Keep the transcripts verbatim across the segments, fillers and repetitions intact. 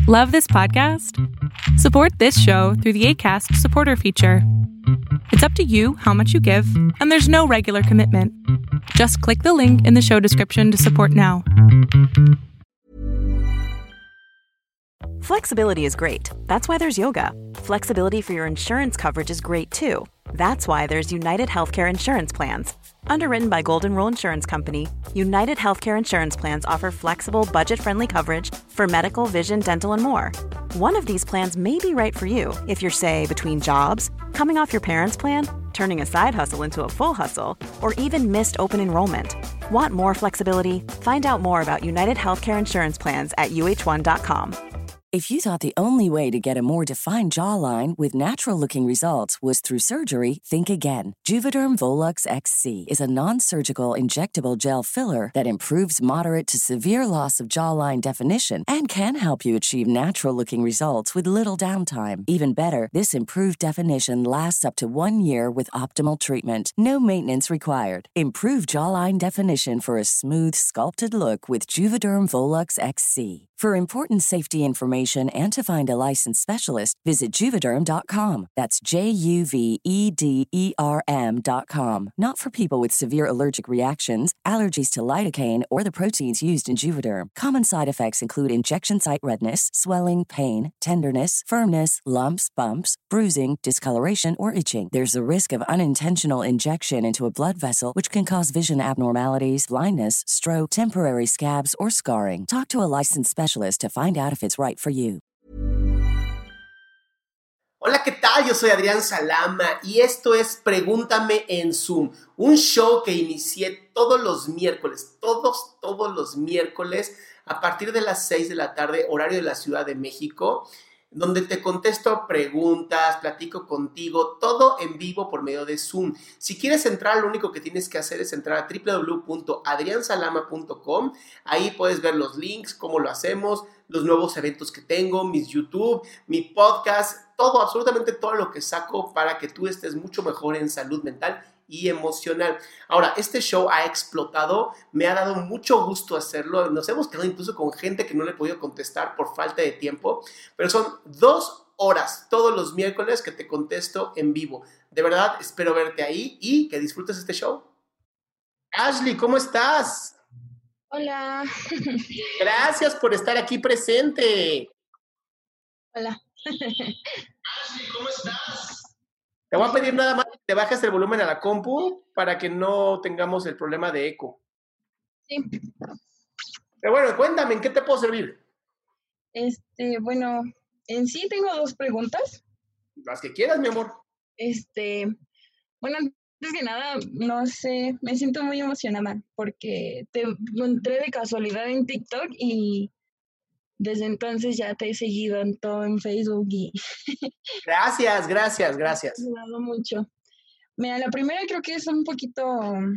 Love this podcast? Support this show through the Acast supporter feature. It's up to you how much you give, and there's no regular commitment. Just click the link in the show description to support now. Flexibility is great. That's why there's yoga. Flexibility for your insurance coverage is great too. That's why there's United Healthcare Insurance Plans. Underwritten by Golden Rule Insurance Company, United Healthcare Insurance Plans offer flexible, budget-friendly coverage for medical, vision, dental, and more. One of these plans may be right for you if you're, say, between jobs, coming off your parents' plan, turning a side hustle into a full hustle, or even missed open enrollment. Want more flexibility? Find out more about United Healthcare Insurance Plans at U H one dot com. If you thought the only way to get a more defined jawline with natural-looking results was through surgery, think again. Juvederm Volux X C is a non-surgical injectable gel filler that improves moderate to severe loss of jawline definition and can help you achieve natural-looking results with little downtime. Even better, this improved definition lasts up to one year with optimal treatment. No maintenance required. Improve jawline definition for a smooth, sculpted look with Juvederm Volux X C. For important safety information and to find a licensed specialist, visit Juvederm dot com. That's J U V E D E R M dot com. Not for people with severe allergic reactions, allergies to lidocaine, or the proteins used in Juvederm. Common side effects include injection site redness, swelling, pain, tenderness, firmness, lumps, bumps, bruising, discoloration, or itching. There's a risk of unintentional injection into a blood vessel, which can cause vision abnormalities, blindness, stroke, temporary scabs, or scarring. Talk to a licensed specialist to find out if it's right for you. Hola, ¿qué tal? Yo soy Adrián Salama y esto es Pregúntame en Zoom, un show que inicié todos los miércoles, todos, todos los miércoles a partir de las seis de la tarde, horario de la Ciudad de México, donde te contesto preguntas, platico contigo, todo en vivo por medio de Zoom. Si quieres entrar, lo único que tienes que hacer es entrar a doble u doble u doble u punto adrian salama punto com. Ahí puedes ver los links, cómo lo hacemos, los nuevos eventos que tengo, mis YouTube, mi podcast, todo, absolutamente todo lo que saco para que tú estés mucho mejor en salud mental y emocional. Ahora, este show ha explotado, me ha dado mucho gusto hacerlo, nos hemos quedado incluso con gente que no le he podido contestar por falta de tiempo, pero son dos horas todos los miércoles que te contesto en vivo. De verdad, espero verte ahí y que disfrutes este show. Ashley, ¿cómo estás? Hola. Gracias por estar aquí presente. Hola. Ashley, ¿cómo estás? Te voy a pedir nada más que te bajes el volumen a la compu para que no tengamos el problema de eco. Sí. Pero bueno, cuéntame, ¿en qué te puedo servir? Este, bueno, en sí tengo dos preguntas. Las que quieras, mi amor. Este, bueno, antes que nada, no sé, me siento muy emocionada porque te entré de casualidad en TikTok y desde entonces ya te he seguido en todo en Facebook y... Gracias, gracias, gracias. Me ha ayudado mucho. Mira, la primera creo que es un poquito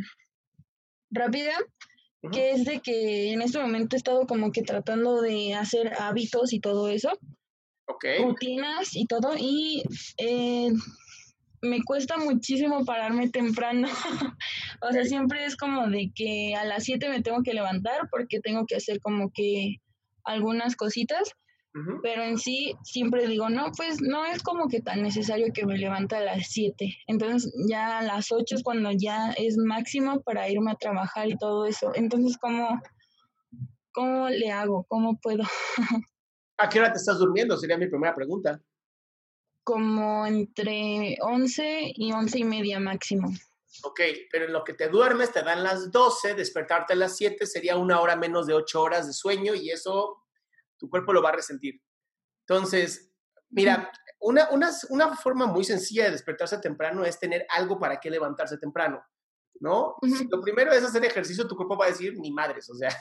rápida, uh-huh. Que es de que en este momento he estado como que tratando de hacer hábitos y todo eso. Ok. Rutinas y todo, y eh, me cuesta muchísimo pararme temprano. O sea, siempre es como de que a las siete me tengo que levantar porque tengo que hacer como que algunas cositas, uh-huh. Pero en sí siempre digo, no, pues no es como que tan necesario que me levante a las siete, entonces ya a las ocho es cuando ya es máximo para irme a trabajar y todo eso. Entonces, ¿cómo, cómo le hago? ¿Cómo puedo? ¿A qué hora te estás durmiendo? Sería mi primera pregunta. Como entre once y once y media máximo. Ok, pero en lo que te duermes te dan las doce, despertarte a las siete sería una hora menos de ocho horas de sueño y eso tu cuerpo lo va a resentir. Entonces, mira, una, una, una forma muy sencilla de despertarse temprano es tener algo para qué levantarse temprano, ¿no? Uh-huh. Si lo primero es hacer ejercicio, tu cuerpo va a decir, ni madres, o sea,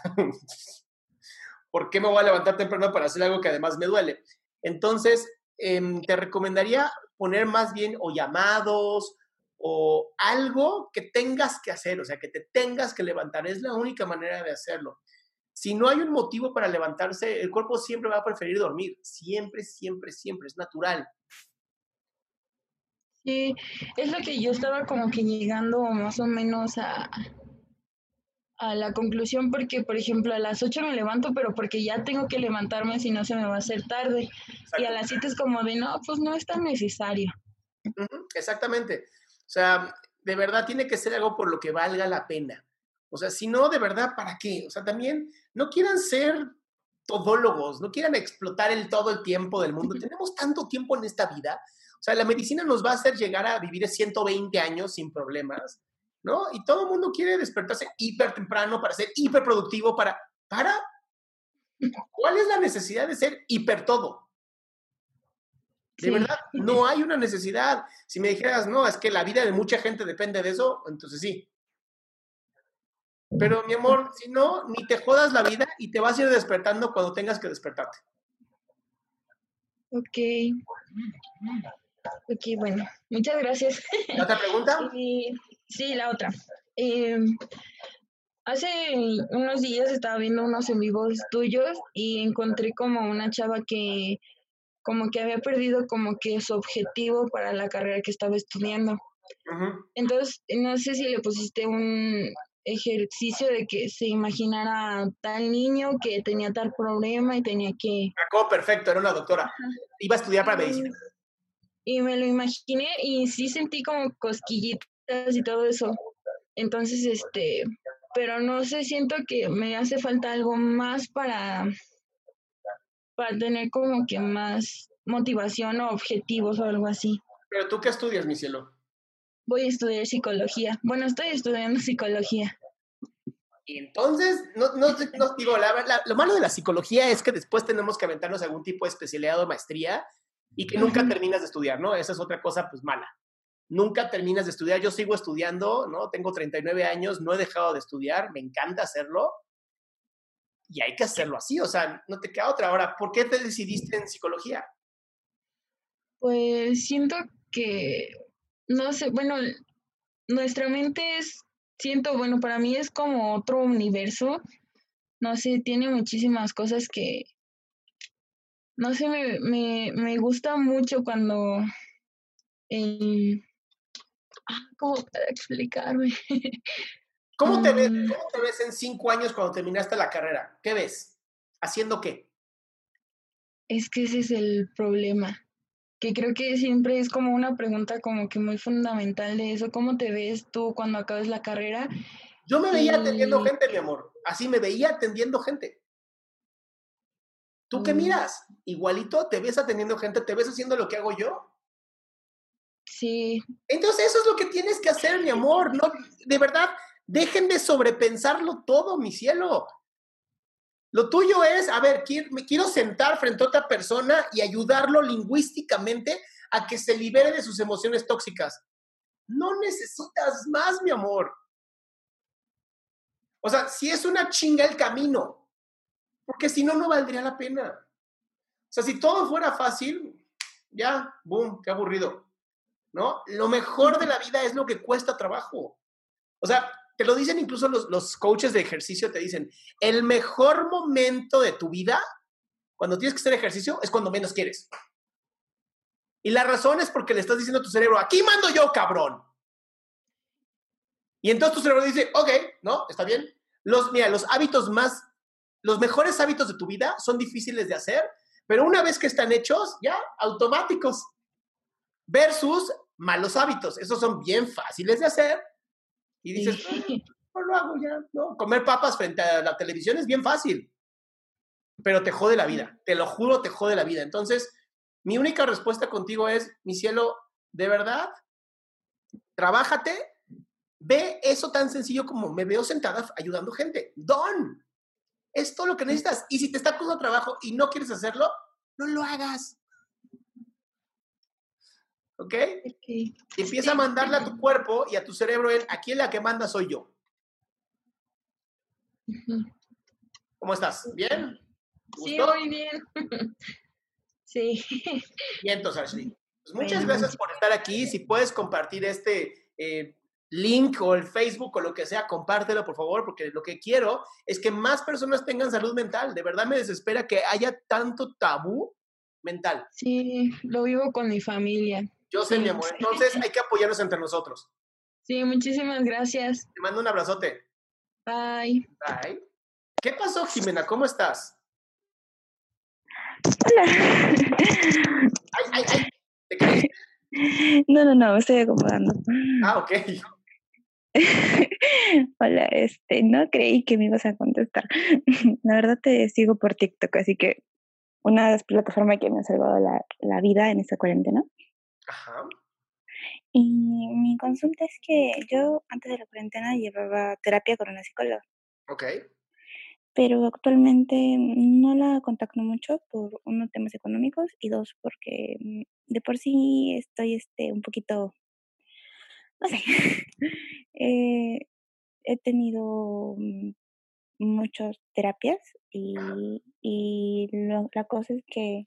¿por qué me voy a levantar temprano para hacer algo que además me duele? Entonces, eh, te recomendaría poner más bien o llamados o algo que tengas que hacer, o sea, que te tengas que levantar. Es la única manera de hacerlo. Si no hay un motivo para levantarse, el cuerpo siempre va a preferir dormir. Siempre, siempre, siempre. Es natural. Sí, es lo que yo estaba como que llegando más o menos a, a la conclusión porque, por ejemplo, a las ocho me levanto, pero porque ya tengo que levantarme, si no se me va a hacer tarde. Exacto. Y a las siete es como de, no, pues no es tan necesario. Uh-huh, exactamente. O sea, de verdad tiene que ser algo por lo que valga la pena. O sea, si no, de verdad, ¿para qué? O sea, también no quieran ser todólogos, no quieran explotar el todo el tiempo del mundo. Tenemos tanto tiempo en esta vida. O sea, la medicina nos va a hacer llegar a vivir ciento veinte años sin problemas, ¿no? Y todo el mundo quiere despertarse hiper temprano para ser hiper productivo, para, para, ¿cuál es la necesidad de ser hiper todo? De sí. verdad, no hay una necesidad. Si me dijeras, no, es que la vida de mucha gente depende de eso, entonces sí. Pero, mi amor, si no, ni te jodas la vida y te vas a ir despertando cuando tengas que despertarte. Ok. Ok, bueno, muchas gracias. ¿La otra pregunta? Eh, sí, la otra. Eh, hace unos días estaba viendo unos en vivos tuyos y encontré como una chava que como que había perdido como que su objetivo para la carrera que estaba estudiando. Uh-huh. Entonces, no sé si le pusiste un ejercicio de que se imaginara tal niño que tenía tal problema y tenía que... Acabó perfecto, era una doctora. Ajá. Iba a estudiar para medicina. Y me lo imaginé y sí sentí como cosquillitas y todo eso. Entonces, este, pero no sé, siento que me hace falta algo más para, para tener como que más motivación o objetivos o algo así. ¿Pero tú qué estudias, mi cielo? Voy a estudiar psicología. Bueno, estoy estudiando psicología. Y entonces, no, no, no digo, la, la, lo malo de la psicología es que después tenemos que aventarnos algún tipo de especialidad o maestría y que nunca uh-huh. terminas de estudiar, ¿no? Esa es otra cosa, pues, mala. Nunca terminas de estudiar. Yo sigo estudiando, ¿no? Tengo treinta y nueve años, no he dejado de estudiar, me encanta hacerlo y hay que hacerlo así, o sea, no te queda otra. Ahora, ¿por qué te decidiste en psicología? Pues siento que, no sé, bueno, nuestra mente es, siento, bueno, para mí es como otro universo, no sé, tiene muchísimas cosas que, no sé, me, me, me gusta mucho cuando, eh, ah, ¿cómo para explicarme? ¿Cómo te, ves, ¿Cómo te ves en cinco años cuando terminaste la carrera? ¿Qué ves? ¿Haciendo qué? Es que ese es el problema, que creo que siempre es como una pregunta como que muy fundamental de eso. ¿Cómo te ves tú cuando acabes la carrera? Yo me veía y... atendiendo gente, mi amor. Así me veía atendiendo gente. ¿Tú qué miras? Igualito, te ves atendiendo gente, te ves haciendo lo que hago yo. Sí. Entonces eso es lo que tienes que hacer, mi amor. No, de verdad, dejen de sobrepensarlo todo, mi cielo. Lo tuyo es, a ver, quiero, me quiero sentar frente a otra persona y ayudarlo lingüísticamente a que se libere de sus emociones tóxicas. No necesitas más, mi amor. O sea, si es una chinga el camino, porque si no, no valdría la pena. O sea, si todo fuera fácil, ya, boom, qué aburrido, ¿no? Lo mejor de la vida es lo que cuesta trabajo. O sea, te lo dicen incluso los, los coaches de ejercicio, te dicen, el mejor momento de tu vida, cuando tienes que hacer ejercicio, es cuando menos quieres. Y la razón es porque le estás diciendo a tu cerebro, aquí mando yo, cabrón. Y entonces tu cerebro dice, ok, ¿no? Está bien. Los, mira, los hábitos más, los mejores hábitos de tu vida son difíciles de hacer, pero una vez que están hechos, ya, automáticos. Versus malos hábitos. Esos son bien fáciles de hacer. Y dices, sí. no, no lo hago ya, ¿no? Comer papas frente a la televisión es bien fácil, pero te jode la vida, te lo juro, te jode la vida. Entonces, mi única respuesta contigo es, mi cielo, de verdad, trabájate, ve eso tan sencillo como me veo sentada ayudando gente. Don, es todo lo que necesitas. Y si te está costando trabajo y no quieres hacerlo, no lo hagas. ¿Ok? Okay. Y empieza a mandarle a tu cuerpo y a tu cerebro en, aquí la que manda soy yo. Uh-huh. ¿Cómo estás? ¿Bien? Sí, muy bien. Sí. Bien, entonces, Ashley. Pues muchas bueno, gracias por estar aquí. Si puedes compartir este eh, link o el Facebook o lo que sea, compártelo, por favor, porque lo que quiero es que más personas tengan salud mental. De verdad me desespera que haya tanto tabú mental. Sí, lo vivo con mi familia. Yo sé, sí. mi amor. Entonces hay que apoyarnos entre nosotros. Sí, muchísimas gracias. Te mando un abrazote. Bye. Bye. ¿Qué pasó, Jimena? ¿Cómo estás? Hola. Ay, ay, ay. ¿Te caíste? No, no, no, me estoy acomodando. Ah, ok. Hola, este, no creí que me ibas a contestar. La verdad te sigo por TikTok, así que una de las plataformas que me ha salvado la, la vida en esta cuarentena. Ajá. Y mi consulta es que yo antes de la cuarentena llevaba terapia con una psicóloga, Ok. pero actualmente no la contacto mucho por uno, temas económicos y dos, porque mm, de por sí estoy este, un poquito, no sé, eh, he tenido mm, muchas terapias y, y lo- la cosa es que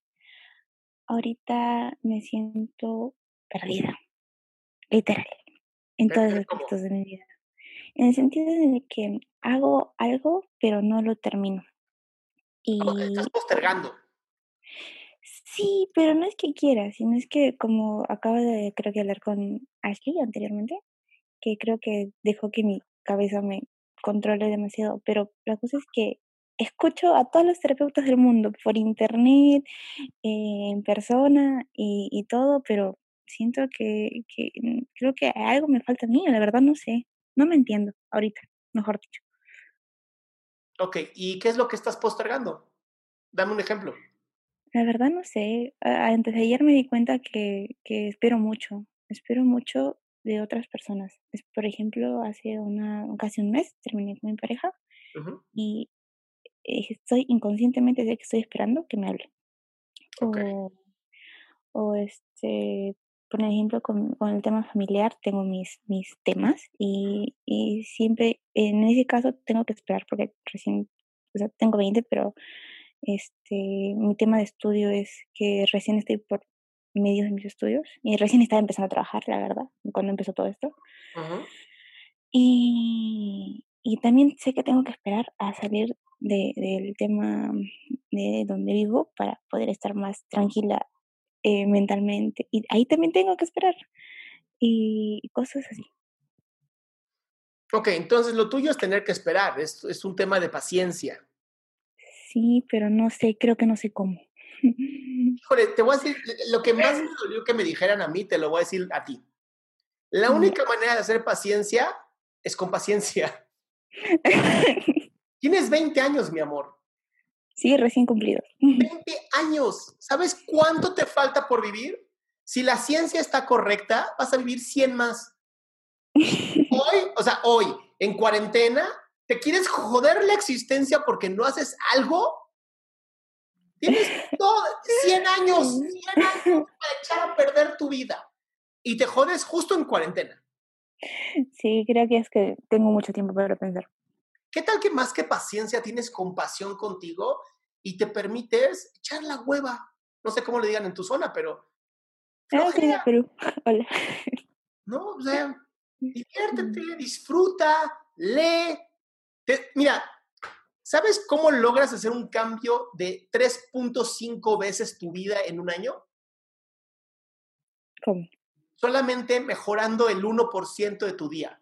ahorita me siento perdida, literal, en todos los Pero, ¿cómo? aspectos de mi vida. En el sentido de que hago algo, pero no lo termino. Ok, estás Y postergando. sí, pero no es que quiera, sino es que como acabo de, creo que hablar con Ashley anteriormente, que creo que dejó que mi cabeza me controle demasiado, pero la cosa es que escucho a todos los terapeutas del mundo por internet, eh, en persona y, y todo, pero siento que, que mm, creo que algo me falta a mí, la verdad no sé, no me entiendo ahorita, mejor dicho. Ok, ¿y qué es lo que estás postergando? Dame un ejemplo. La verdad no sé, a- antes de ayer me di cuenta que, que espero mucho, espero mucho de otras personas. Es, por ejemplo, hace una, casi un mes terminé con mi pareja Ujú. y eh, estoy inconscientemente de que estoy esperando que me hable. Ok. O, o este, por ejemplo, con, con el tema familiar tengo mis, mis temas y, y siempre en ese caso tengo que esperar porque recién, o sea, tengo veinte, pero este, mi tema de estudio es que recién estoy por medio de mis estudios y recién estaba empezando a trabajar, la verdad, cuando empezó todo esto. Ujú. Y, y también sé que tengo que esperar a salir de, del tema de donde vivo para poder estar más tranquila eh, mentalmente. Y ahí también tengo que esperar. Y cosas así. Ok, entonces lo tuyo es tener que esperar. Es, es un tema de paciencia. Sí, pero no sé, creo que no sé cómo. Híjole, te voy a decir, lo que más me dolió que me dijeran a mí, te lo voy a decir a ti. La Ya. única manera de hacer paciencia es con paciencia. Tienes veinte años, mi amor. Sí, recién cumplidos. veinte años. ¿Sabes cuánto te falta por vivir? Si la ciencia está correcta, vas a vivir cien más. Hoy, o sea, hoy, en cuarentena, ¿te quieres joder la existencia porque no haces algo? Tienes todo, cien años, cien años para echar a perder tu vida. Y te jodes justo en cuarentena. Sí, creo que es que tengo mucho tiempo para pensar. ¿Qué tal que más que paciencia tienes compasión contigo y te permites echar la hueva? No sé cómo le digan en tu zona, pero Ah, soy de flojera, Perú. Hola. ¿no? O sea, diviértete, disfruta, lee. Te- mira, ¿sabes cómo logras hacer un cambio de tres punto cinco veces tu vida en un año? ¿Cómo? Solamente mejorando el uno por ciento de tu día.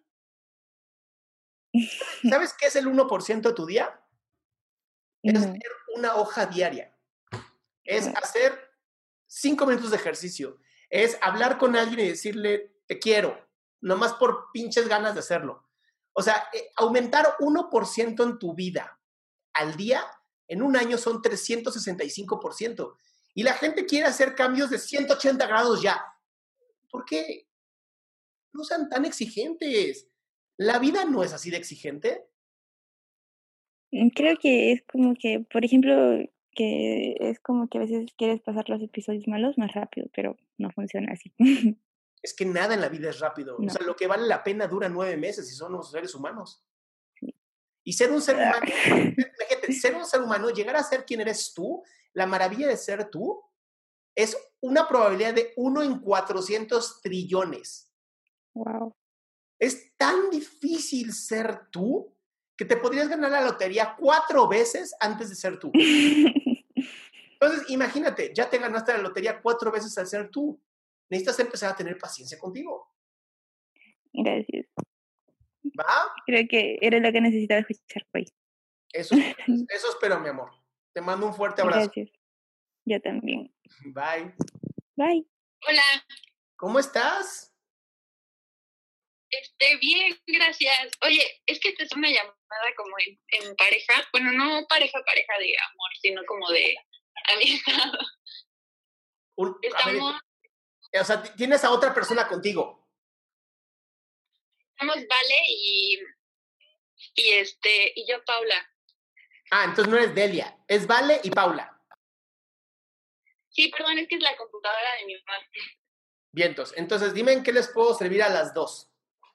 ¿Sabes qué es el uno por ciento de tu día? Es No. leer una hoja diaria. Es Ah, hacer cinco minutos de ejercicio. Es hablar con alguien y decirle, te quiero, nomás por pinches ganas de hacerlo. O sea, eh, aumentar uno por ciento en tu vida al día, en un año son trescientos sesenta y cinco por ciento. Y la gente quiere hacer cambios de ciento ochenta grados ya. ¿Por qué? No sean tan exigentes. La vida no es así de exigente. mm, creo que es como que, por ejemplo, que es como que a veces quieres pasar los episodios malos más rápido, pero no funciona así. Es que nada en la vida es rápido. O No. sea, lo que vale la pena dura nueve meses y somos seres humanos. Y ser un ser humano, imagínate, ser un ser humano, llegar a ser quien eres tú, la maravilla de ser tú, es una probabilidad de uno en cuatrocientos trillones. Wow. Es tan difícil ser tú que te podrías ganar la lotería cuatro veces antes de ser tú. Entonces, imagínate, ya te ganaste la lotería cuatro veces al ser tú. Necesitas empezar a tener paciencia contigo. Gracias. ¿Va? Creo que era lo que necesitaba escuchar hoy. Eso, eso espero, mi amor. Te mando un fuerte abrazo. Gracias. Yo también. Bye. Bye. Hola, ¿Cómo estás? este, bien, gracias. Oye, es que esta es una llamada como en, en pareja, bueno, no pareja, pareja de amor, sino como de amistad. Un- a ver, Estamos, o sea, t- tienes a otra persona contigo. estamos Vale y, y este, y yo Paula. Ah, entonces no eres Delia. Es Vale y Paula. Sí, perdón, es que es la computadora de mi mamá. Vientos. Entonces, dime en qué les puedo servir a las dos.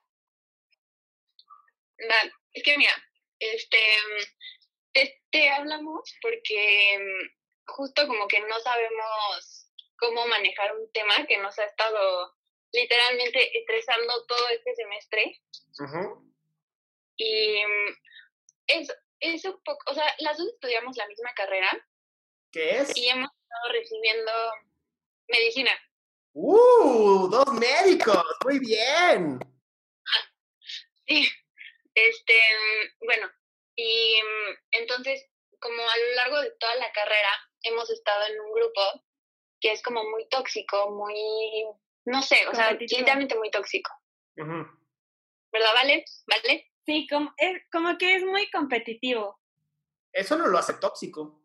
Va, es que mira, este, te, te hablamos porque mm, justo como que no sabemos cómo manejar un tema que nos ha estado literalmente estresando todo este semestre. Ujú. Y mm, es, es un poco, o sea, las dos estudiamos la misma carrera ¿Qué es? y hemos estado recibiendo medicina. ¡Uh! ¡Dos médicos! ¡Muy bien! Sí, este, mm, bueno, y mm, entonces, como a lo largo de toda la carrera, hemos estado en un grupo que es como muy tóxico, muy, no sé, o sea, Competitivo. literalmente muy tóxico. Ujú. ¿Verdad, Vale? ¿Vale? Sí, como, es, como que es muy competitivo. Eso no lo hace tóxico.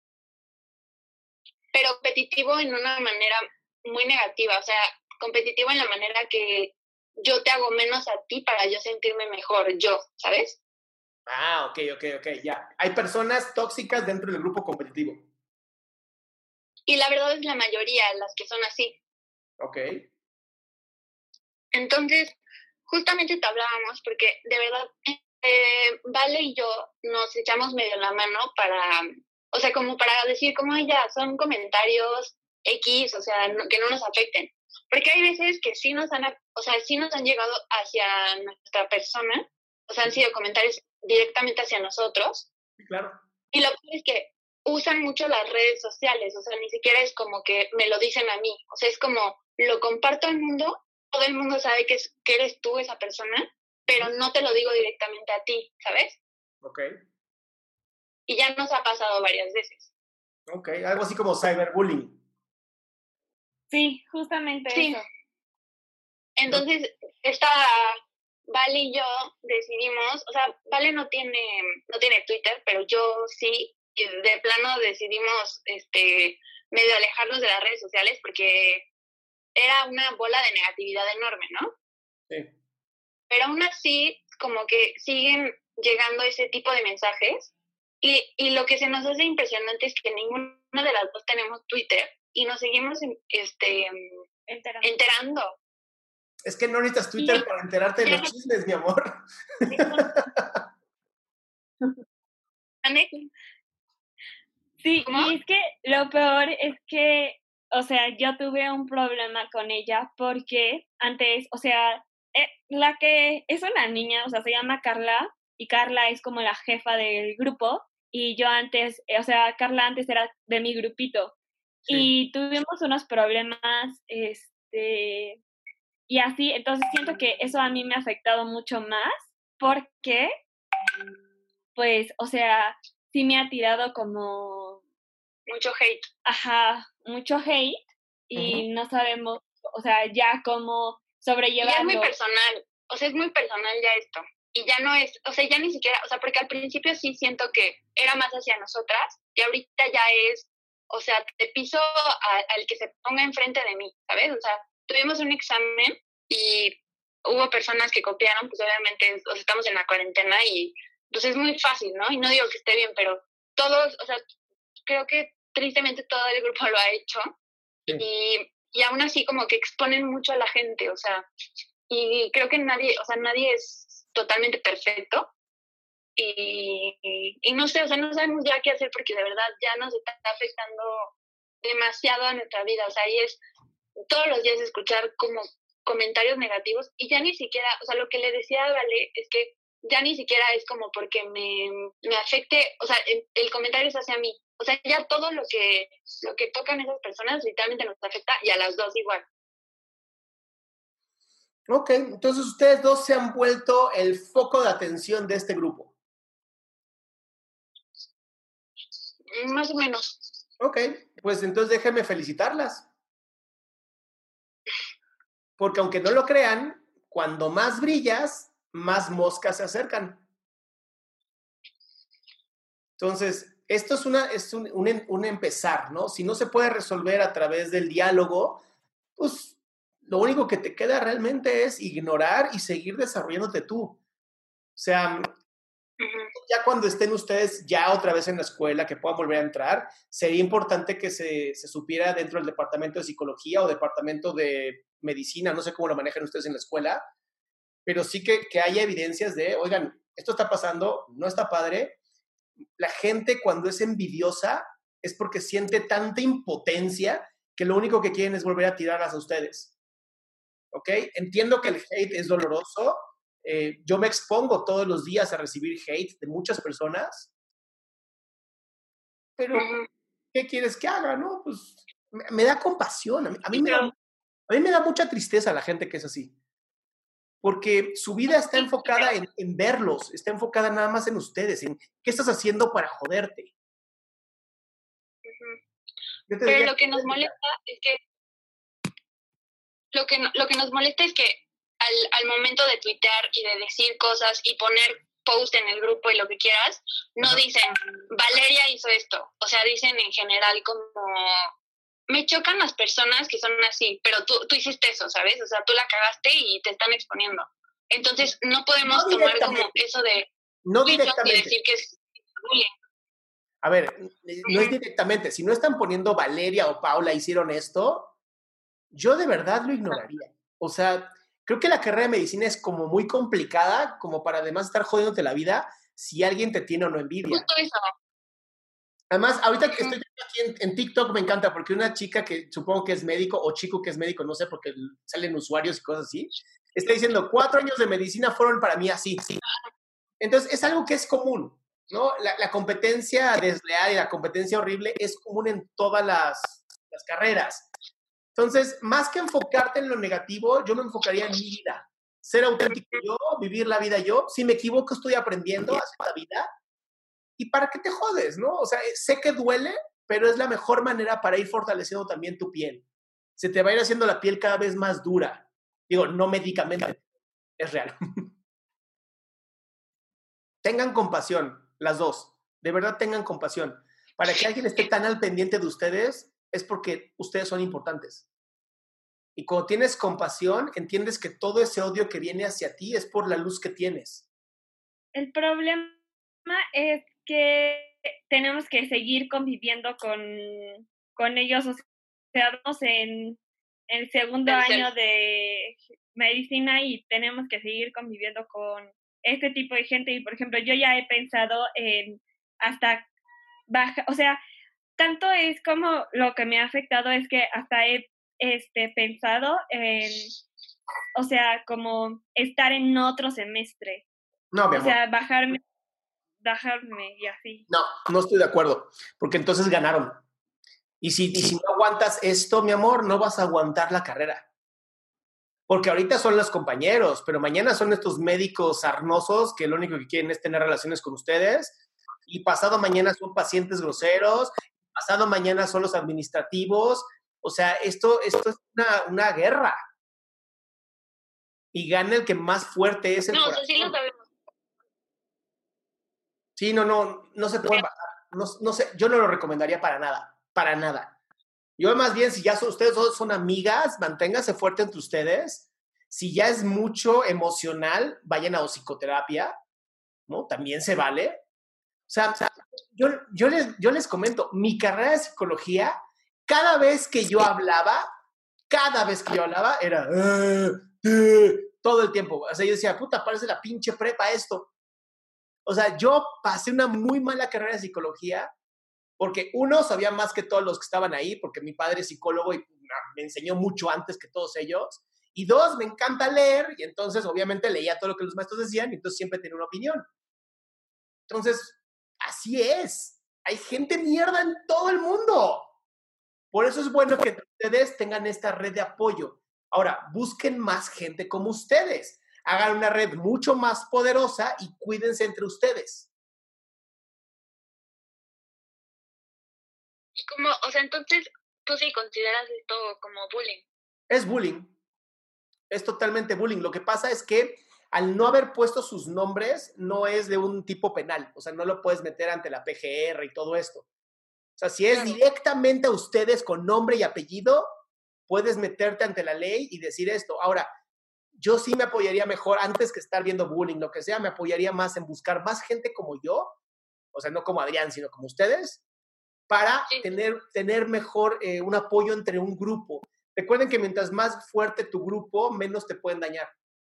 Pero competitivo en una manera muy negativa, o sea, competitivo en la manera que yo te hago menos a ti para yo sentirme mejor, yo, ¿sabes? Ah, ok, ok, ok, ya. Hay personas tóxicas dentro del grupo competitivo. Y la verdad es la mayoría las que son así. Ok. Entonces, justamente te hablábamos porque de verdad, eh, Vale y yo nos echamos medio la mano para, o sea, como para decir como ya, son comentarios X, o sea, no- que no nos afecten. Porque hay veces que sí nos han, o sea, sí nos han llegado hacia nuestra persona, o sea, han sido comentarios directamente hacia nosotros. Sí, claro. Y lo peor es que usan mucho las redes sociales, o sea, ni siquiera es como que me lo dicen a mí, o sea, es como lo comparto al mundo, todo el mundo sabe que, es, que eres tú esa persona, pero no te lo digo directamente a ti, ¿sabes? Ok. Y ya nos ha pasado varias veces. Ok. Algo así como cyberbullying. Sí, justamente Sí. eso. Entonces, esta Vale y yo decidimos, o sea, Vale no tiene, no tiene Twitter, pero yo sí, y de plano decidimos este medio alejarnos de las redes sociales porque era una bola de negatividad enorme, ¿no? Sí. Pero aún así, como que siguen llegando ese tipo de mensajes y, y lo que se nos hace impresionante es que ninguna de las dos tenemos Twitter y nos seguimos este, Entera. enterando. Es que no necesitas Twitter Y- para enterarte de los chismes, mi amor. Sí, ¿Cómo? y es que lo peor es que, o sea, yo tuve un problema con ella porque antes, o sea, eh, la que es una niña, o sea, se llama Carla y Carla es como la jefa del grupo y yo antes, eh, o sea, Carla antes era de mi grupito Sí. y tuvimos unos problemas, este, y así, entonces siento que eso a mí me ha afectado mucho más porque, pues, o sea, sí me ha tirado como Mucho hate. ajá, mucho hate y no sabemos, o sea, ya cómo Y ya es sobrellevarlo. muy personal, o sea, es muy personal ya esto. Y ya no es, o sea, ya ni siquiera, o sea, porque al principio sí siento que era más hacia nosotras y ahorita ya es, o sea, te piso a- al que se ponga enfrente de mí, ¿sabes? O sea, tuvimos un examen y hubo personas que copiaron, pues obviamente, o sea, estamos en la cuarentena y pues es muy fácil, ¿no? Y no digo que esté bien, pero todos, o sea, creo que tristemente todo el grupo lo ha hecho Sí. y, y aún así como que exponen mucho a la gente, o sea, y creo que nadie, o sea, nadie es totalmente perfecto y, y, y no sé, o sea, no sabemos ya qué hacer porque de verdad ya nos está afectando demasiado a nuestra vida, o sea, y es todos los días escuchar como comentarios negativos y ya ni siquiera, o sea, lo que le decía a Vale es que ya ni siquiera es como porque me, me afecte, o sea, el, el comentario es hacia mí, o sea, ya todo lo que, lo que tocan esas personas literalmente nos afecta y a las dos igual. Ok, entonces ustedes dos se han vuelto el foco de atención de este grupo. Más o menos. Ok, pues entonces déjenme felicitarlas. Porque aunque no lo crean, cuando más brillas, más moscas se acercan. Entonces, esto es, una, es un, un, un empezar, ¿no? Si no se puede resolver a través del diálogo, pues lo único que te queda realmente es ignorar y seguir desarrollándote tú. O sea, ya cuando estén ustedes ya otra vez en la escuela, que puedan volver a entrar, sería importante que se, se supiera dentro del departamento de psicología o departamento de medicina, no sé cómo lo manejan ustedes en la escuela, pero sí que, que haya evidencias de, oigan, esto está pasando, no está padre. La gente cuando es envidiosa es porque siente tanta impotencia que lo único que quieren es volver a tirarlas a ustedes. ¿Ok? Entiendo que el hate es doloroso. Eh, yo me expongo todos los días a recibir hate de muchas personas. Pero, ¿qué quieres que haga, no? Pues me, me da compasión. A mí, a, mí me da, a mí me da mucha tristeza la gente que es así. Porque su vida está enfocada en, en verlos, está enfocada nada más en ustedes, en qué estás haciendo para joderte. Uh-huh. Pero lo que nos molesta es que lo que, lo que nos molesta es que al, al momento de tuitear y de decir cosas y poner post en el grupo y lo que quieras, no uh-huh. dicen, Valeria hizo esto. O sea, dicen en general como, me chocan las personas que son así, pero tú, tú hiciste eso, ¿sabes? O sea, tú la cagaste y te están exponiendo. Entonces, no podemos no tomar como eso de no directamente. Y decir que es bullying. A ver, no es directamente. Si no están poniendo Valeria o Paula hicieron esto, yo de verdad lo ignoraría. O sea, creo que la carrera de medicina es como muy complicada, como para además estar jodiéndote la vida si alguien te tiene o no envidia. Justo eso. Además, ahorita que estoy aquí en, en TikTok me encanta porque una chica que supongo que es médico o chico que es médico, no sé, porque salen usuarios y cosas así, está diciendo, cuatro años de medicina fueron para mí así. Entonces, es algo que es común, ¿no? La, la competencia desleal y la competencia horrible es común en todas las, las carreras. Entonces, más que enfocarte en lo negativo, yo me enfocaría en mi vida. Ser auténtico yo, vivir la vida yo. Si me equivoco, estoy aprendiendo a hacer la vida. ¿Y para qué te jodes, no? O sea, sé que duele, pero es la mejor manera para ir fortaleciendo también tu piel. Se te va a ir haciendo la piel cada vez más dura. Digo, no médicamente, es real. Tengan compasión, las dos. De verdad tengan compasión. Para que alguien esté tan al pendiente de ustedes, es porque ustedes son importantes. Y cuando tienes compasión, entiendes que todo ese odio que viene hacia ti es por la luz que tienes. El problema es que tenemos que seguir conviviendo con, con ellos. O sea, vamos en el segundo el año de medicina y tenemos que seguir conviviendo con este tipo de gente. Y, por ejemplo, yo ya he pensado en hasta baja, o sea, tanto es como lo que me ha afectado es que hasta he este, pensado en, o sea, como estar en otro semestre. No, mi amor. O sea, bajarme, bajarme y así. No, no estoy de acuerdo, porque entonces ganaron. Y si, y si no aguantas esto, mi amor, no vas a aguantar la carrera. Porque ahorita son los compañeros, pero mañana son estos médicos sarnosos que lo único que quieren es tener relaciones con ustedes. Y pasado mañana son pacientes groseros. Pasado mañana son los administrativos. O sea, esto, esto es una, una guerra. Y gana el que más fuerte es el No, corazón. eso sí lo sabemos. Sí, no, no, no se pueden bajar. No, no sé, yo no lo recomendaría para nada. Para nada. Yo más bien, si ya son, ustedes dos son amigas, manténganse fuerte entre ustedes. Si ya es mucho emocional, vayan a psicoterapia, ¿no? También se vale. O sea, yo, yo, les, yo les comento, mi carrera de psicología, cada vez que yo hablaba, cada vez que yo hablaba, era uh, uh, todo el tiempo. O sea, yo decía, puta, parece la pinche prepa esto. O sea, yo pasé una muy mala carrera de psicología porque uno, sabía más que todos los que estaban ahí, porque mi padre es psicólogo y me enseñó mucho antes que todos ellos. Y dos, me encanta leer y entonces obviamente leía todo lo que los maestros decían y entonces siempre tenía una opinión. Entonces, así es. Hay gente mierda en todo el mundo. Por eso es bueno que ustedes tengan esta red de apoyo. Ahora, busquen más gente como ustedes. Hagan una red mucho más poderosa y cuídense entre ustedes. Y como, o sea, entonces, tú sí consideras esto como bullying. Es bullying. Es totalmente bullying. Lo que pasa es que al no haber puesto sus nombres, no es de un tipo penal. O sea, no lo puedes meter ante la P G R y todo esto. O sea, si es Claro. directamente a ustedes con nombre y apellido, puedes meterte ante la ley y decir esto. Ahora, yo sí me apoyaría mejor, antes que estar viendo bullying, lo que sea, me apoyaría más en buscar más gente como yo, o sea, no como Adrián, sino como ustedes, para Sí. tener, tener mejor eh, un apoyo entre un grupo. Recuerden que mientras más fuerte tu grupo, menos te pueden dañar.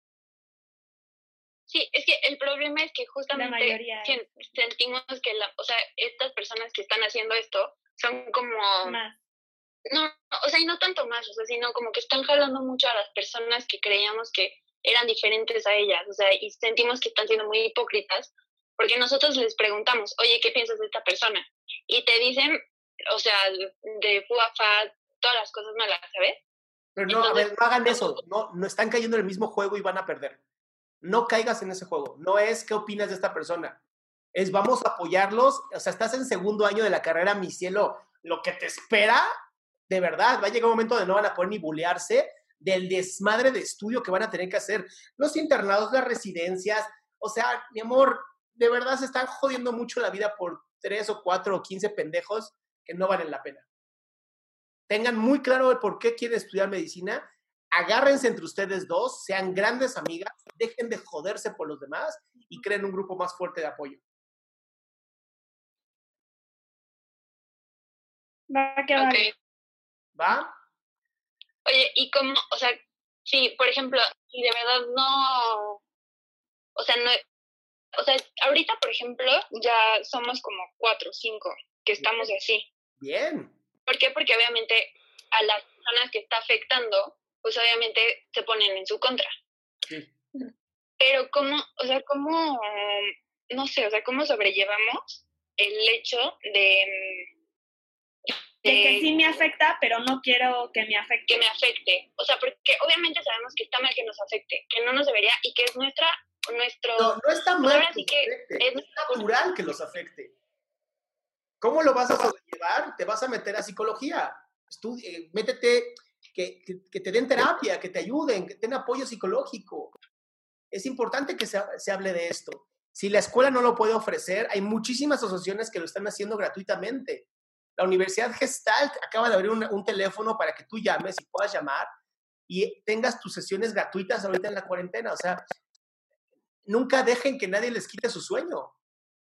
Sí, es que el problema es que La justamente mayoría. sen- sentimos que, la, o sea, estas personas que están haciendo esto son como... Más. No, no, o sea, y no tanto más, o sea, sino como que están jalando mucho a las personas que creíamos que eran diferentes a ellas, o sea, y sentimos que están siendo muy hipócritas, porque nosotros les preguntamos, oye, ¿qué piensas de esta persona? Y te dicen, o sea, de fu a fa, todas las cosas malas, ¿sabes? Pero no, a Entonces, ver, no hagan eso. No, no están cayendo en el mismo juego y van a perder. No caigas en ese juego. No es qué opinas de esta persona. Es vamos a apoyarlos. O sea, estás en segundo año de la carrera, mi cielo. Lo que te espera, de verdad, va a llegar un momento donde no van a poder ni bulearse del desmadre de estudio que van a tener que hacer. Los internados, las residencias. O sea, mi amor, de verdad se están jodiendo mucho la vida por tres o cuatro o quince pendejos que no valen la pena. Tengan muy claro el por qué quieren estudiar medicina. Agárrense entre ustedes dos, sean grandes amigas, dejen de joderse por los demás y creen un grupo más fuerte de apoyo. Va a quedar. ok. ¿Va? Oye, y cómo, o sea, si, por ejemplo, si de verdad no, o sea, no, o sea, ahorita, por ejemplo, ya somos como cuatro o cinco que estamos así. Bien. ¿Por qué? Porque obviamente a las personas que está afectando, pues obviamente se ponen en su contra. Sí. Pero cómo, o sea, cómo, um, no sé, o sea, cómo sobrellevamos el hecho de, De que sí me afecta, pero no quiero que me afecte. que me afecte. O sea, porque obviamente sabemos que está mal que nos afecte, que no nos debería y que es nuestra, nuestro... No, no está pues mal ahora que sí los que afecte. es Es natural que los afecte. ¿Cómo lo vas a sobrellevar? Te vas a meter a psicología. Estudi- eh, métete, que, que, que te den terapia, que te ayuden, que te den apoyo psicológico. Es importante que se, se hable de esto. Si la escuela no lo puede ofrecer, hay muchísimas asociaciones que lo están haciendo gratuitamente. La Universidad Gestalt acaba de abrir un, un teléfono para que tú llames y puedas llamar y tengas tus sesiones gratuitas ahorita en la cuarentena. O sea, nunca dejen que nadie les quite su sueño.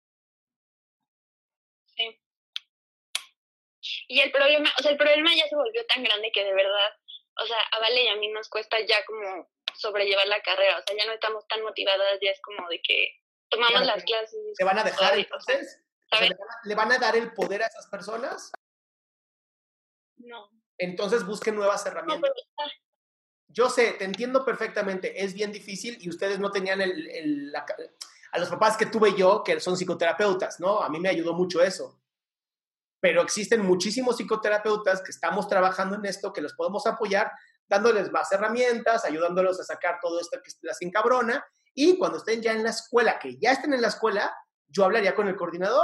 Sí. Y el problema, o sea, el problema ya se volvió tan grande que de verdad, o sea, a Vale y a mí nos cuesta ya como sobrellevar la carrera, o sea, ya no estamos tan motivadas, ya es como de que tomamos Claro, las pero clases. ¿te van a dejar ay, o sea, entonces? O sea, ¿le van a- ¿le van a dar el poder a esas personas? No. Entonces busquen nuevas no, herramientas. pero está- Yo sé, te entiendo perfectamente, es bien difícil y ustedes no tenían el, el- la- a los papás que tuve yo, que son psicoterapeutas, ¿no? A mí me ayudó mucho eso. Pero existen muchísimos psicoterapeutas que estamos trabajando en esto, que los podemos apoyar, dándoles más herramientas, ayudándolos a sacar todo esto que las encabrona. Y cuando estén ya en la escuela, que ya estén en la escuela, yo hablaría con el coordinador.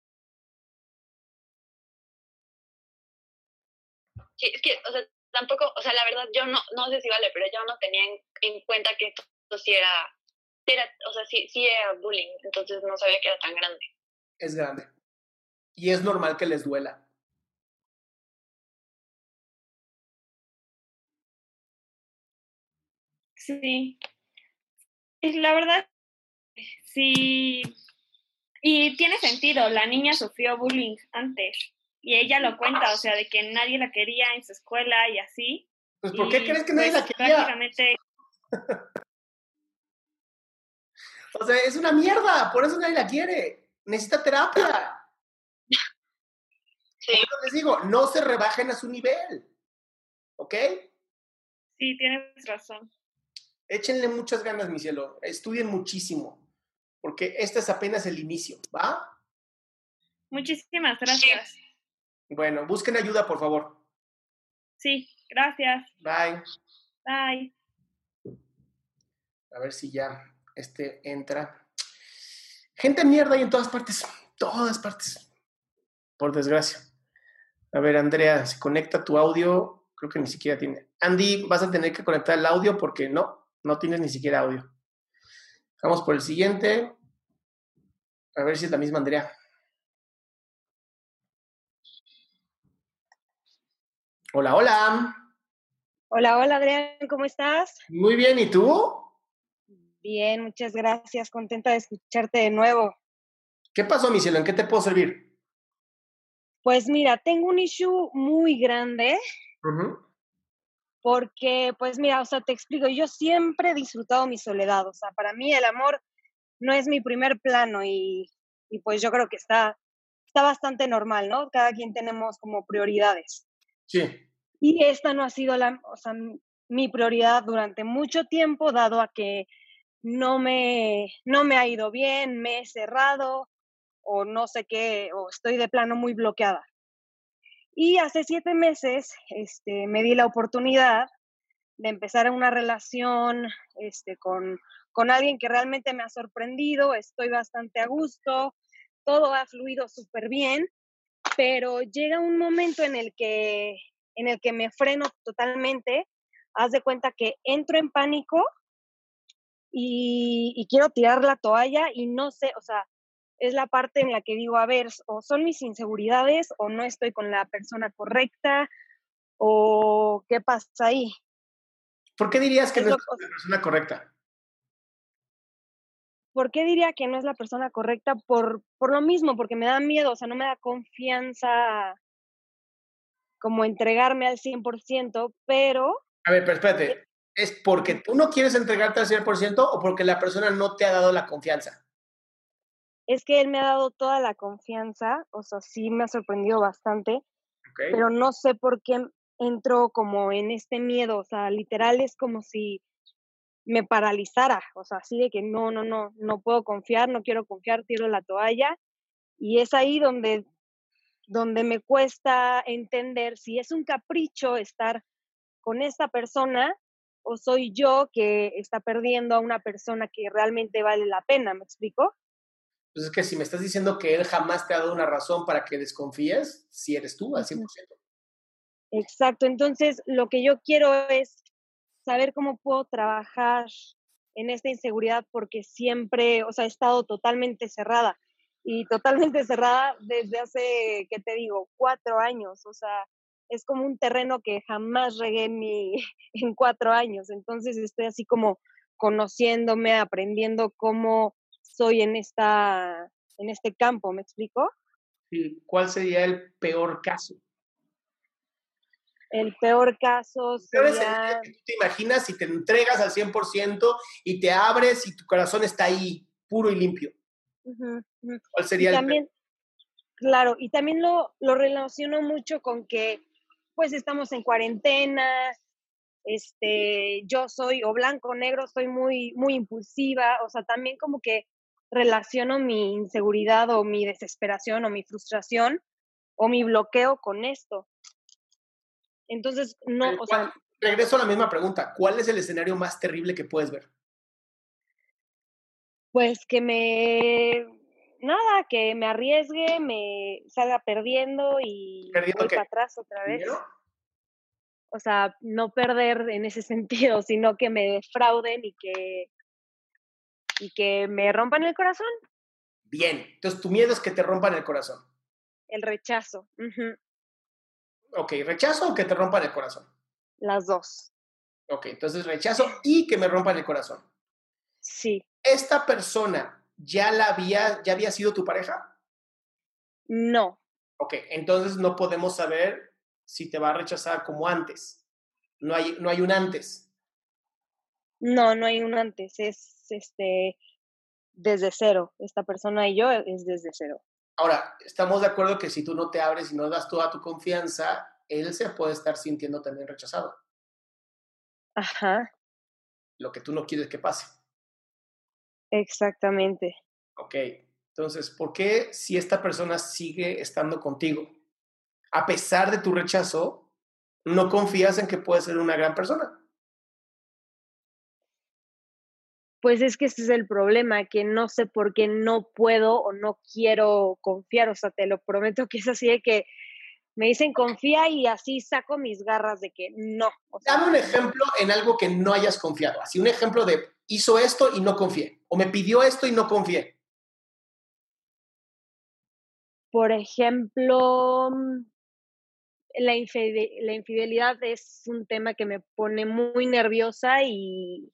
sí, es que, o sea, tampoco, o sea, la verdad, yo no, no sé si Vale, pero yo no tenía en, en cuenta que esto sí era, sí era, o sea, sí, sí era bullying, entonces no sabía que era tan grande. Es grande. Y es normal que les duela. Sí. Y la verdad, sí. Y tiene sentido, la niña sufrió bullying antes. Y ella lo cuenta, o sea, de que nadie la quería en su escuela y así. Pues, ¿por qué Y, crees que nadie pues, la quería? prácticamente, O sea, es una mierda, por eso nadie la quiere. Necesita terapia. Sí, Por eso les digo, no se rebajen a su nivel. ¿Ok? sí, tienes razón. Échenle muchas ganas, mi cielo. Estudien muchísimo. Porque este es apenas el inicio, ¿va? Muchísimas gracias. Bueno, busquen ayuda, por favor. Sí, gracias. Bye. Bye. A ver si ya este entra. Gente mierda hay en todas partes. Todas partes. Por desgracia. A ver, Andrea, si conecta tu audio, creo que ni siquiera tiene. Andy, vas a tener que conectar el audio porque no, no tienes ni siquiera audio. Vamos por el siguiente. A ver si es la misma Andrea. Hola, hola. Hola, hola Adrián, ¿cómo estás? Muy bien, ¿y tú? Bien, muchas gracias, contenta de escucharte de nuevo. ¿Qué pasó, mi cielo? ¿En qué te puedo servir? Pues mira, tengo un issue muy grande Uh-huh. porque, pues mira, o sea, te explico, yo siempre he disfrutado mi soledad, o sea, para mí el amor no es mi primer plano y, y pues yo creo que está, está bastante normal, ¿no? Cada quien tenemos como prioridades. Sí. Y esta no ha sido la, o sea, mi prioridad durante mucho tiempo, dado a que no me, no me ha ido bien, me he cerrado o no sé qué, o estoy de plano muy bloqueada. Y hace siete meses este, me di la oportunidad de empezar una relación este, con, con alguien que realmente me ha sorprendido, estoy bastante a gusto, todo ha fluido súper bien, pero llega un momento en el que, en el que me freno totalmente, haz de cuenta que entro en pánico y, y quiero tirar la toalla y no sé, o sea, es la parte en la que digo, a ver, o son mis inseguridades o no estoy con la persona correcta o qué pasa ahí. ¿Por qué dirías que Es no lo- es la persona correcta? ¿Por qué diría que no es la persona correcta? Por, por lo mismo, porque me da miedo, o sea, no me da confianza como entregarme al cien por ciento, pero A ver, pero espérate. ¿Es porque tú no quieres entregarte al cien por ciento o porque la persona no te ha dado la confianza? es que él me ha dado toda la confianza, o sea, sí me ha sorprendido bastante, Ok. pero no sé por qué entro como en este miedo, o sea, literal es como si me paralizara, o sea, así de que no, no, no, no puedo confiar, no quiero confiar, tiro la toalla, y es ahí donde, donde me cuesta entender si es un capricho estar con esta persona o soy yo que está perdiendo a una persona que realmente vale la pena, ¿me explico? Pues es que si me estás diciendo que él jamás te ha dado una razón para que desconfíes, si eres tú al cien por ciento. Exacto, entonces lo que yo quiero es saber cómo puedo trabajar en esta inseguridad porque siempre, o sea, he estado totalmente cerrada y totalmente cerrada desde hace, ¿qué te digo? Cuatro años, o sea, es como un terreno que jamás regué en, mi, en cuatro años, entonces estoy así como conociéndome, aprendiendo cómo soy en, esta, en este campo, ¿me explico? Sí. ¿Cuál sería el peor caso? El peor caso El peor escenario sería... que tú te imaginas si te entregas al cien por ciento y te abres y tu corazón está ahí, puro y limpio. Uh-huh, uh-huh. ¿Cuál sería y el también, peor? Claro, y también lo, lo relaciono mucho con que pues estamos en cuarentena, este, yo soy o blanco o negro, soy muy, muy impulsiva, o sea, también como que relaciono mi inseguridad o mi desesperación o mi frustración o mi bloqueo con esto. Entonces, no, o sea, Regreso a la misma pregunta. ¿Cuál es el escenario más terrible que puedes ver? pues que me, nada, que me arriesgue, me salga perdiendo y ¿Perdiendo voy qué? para atrás otra vez. ¿Dinero? O sea, no perder en ese sentido, sino que me defrauden y que, y que me rompan el corazón, Bien. Entonces, tu miedo es que te rompan el corazón. el rechazo. Uh-huh. Ok, ¿rechazo o que te rompan el corazón? Las dos. Ok, entonces rechazo y que me rompan el corazón. Sí. ¿Esta persona ya la había, ya había sido tu pareja? No. Ok, entonces no podemos saber si te va a rechazar como antes. No hay, no hay un antes. No, no hay un antes. Es este desde cero. Esta persona y yo es desde cero. Ahora, estamos de acuerdo que si tú no te abres y no das toda tu confianza, él se puede estar sintiendo también rechazado. Ajá. Lo que tú no quieres que pase. Exactamente. Ok, entonces, ¿por qué si esta persona sigue estando contigo, a pesar de tu rechazo, no confías en que puede ser una gran persona? pues es que ese es el problema, que no sé por qué no puedo o no quiero confiar, o sea, te lo prometo que es así de que me dicen confía y así saco mis garras de que no. O sea, dame un ejemplo en algo que no hayas confiado, así un ejemplo de hizo esto y no confié, o me pidió esto y no confié. Por ejemplo, la, infide- la infidelidad es un tema que me pone muy nerviosa y,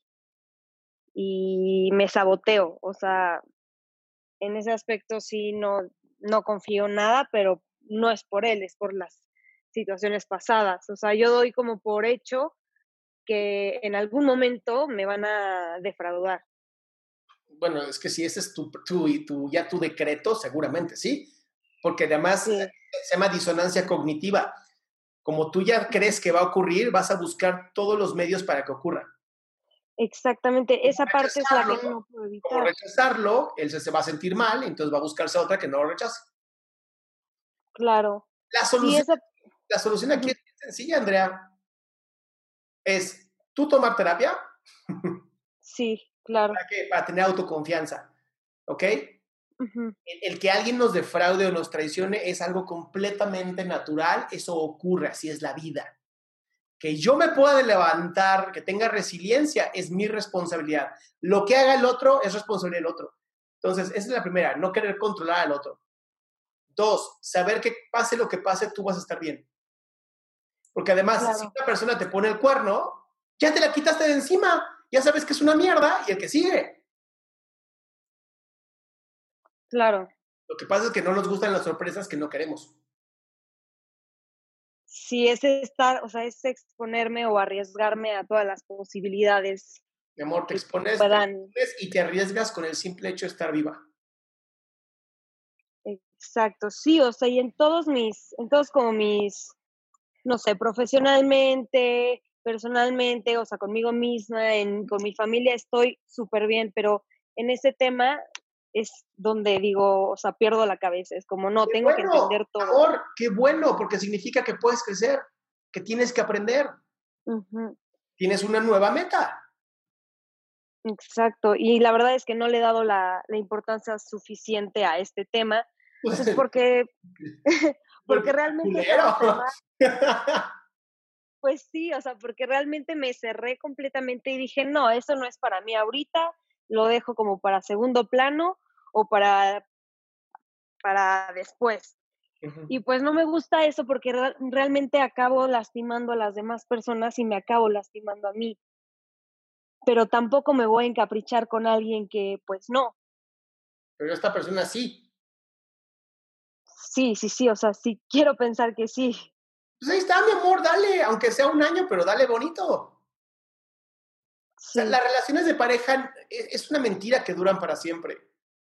y me saboteo, o sea, en ese aspecto sí no, no confío nada, pero no es por él, es por las situaciones pasadas. O sea, yo doy como por hecho que en algún momento me van a defraudar. Bueno, es que si ese es tu, tu, tu, ya tu decreto, seguramente sí, porque además Sí. se llama disonancia cognitiva. Como tú ya crees que va a ocurrir, vas a buscar todos los medios para que ocurra. Exactamente, esa parte es la que no puedo Como evitar. rechazarlo, él se, se va a sentir mal, entonces va a buscarse a otra que no lo rechace. Claro. La Sí, solución, esa... la solución aquí Ujú. es bien sencilla, Andrea. Es tú tomar terapia Sí, claro. para, que, para tener autoconfianza, ¿ok? Ujú. El, el que alguien nos defraude o nos traicione es algo completamente natural, eso ocurre, así es la vida. Que yo me pueda levantar, que tenga resiliencia, es mi responsabilidad. Lo que haga el otro es responsabilidad del otro. Entonces, esa es la primera, no querer controlar al otro. Dos, saber que pase lo que pase, tú vas a estar bien. Porque además, Claro. si una persona te pone el cuerno, ya te la quitaste de encima, ya sabes que es una mierda y el que sigue. Claro. Lo que pasa es que no nos gustan las sorpresas que no queremos. Sí, es estar, o sea, es exponerme o arriesgarme a todas las posibilidades Mi amor, te que expones, te puedan. expones y te arriesgas con el simple hecho de estar viva. Exacto, sí, o sea, y en todos mis, en todos como mis, no sé, profesionalmente, personalmente, o sea, conmigo misma, en, con mi familia estoy súper bien, pero en ese tema es donde digo, o sea, pierdo la cabeza, es como, no, ¡Qué tengo que bueno, entender todo. amor! ¡Qué bueno! Porque significa que puedes crecer, que tienes que aprender. Ujú. Tienes una nueva meta. Exacto, y la verdad es que no le he dado la, la importancia suficiente a este tema, pues porque, porque realmente estaba ¡Culero! cerrada. Pues sí, o sea, porque realmente me cerré completamente y dije, no, eso no es para mí ahorita, lo dejo como para segundo plano o para, para después. Ujú. Y pues no me gusta eso porque re- realmente acabo lastimando a las demás personas y me acabo lastimando a mí. Pero tampoco me voy a encaprichar con alguien que, pues no. Pero esta persona sí. Sí, sí, sí, o sea, sí quiero pensar que sí. Pues ahí está, mi amor, dale, aunque sea un año, pero dale bonito. O sea, Sí, las relaciones de pareja es es una mentira que duran para siempre.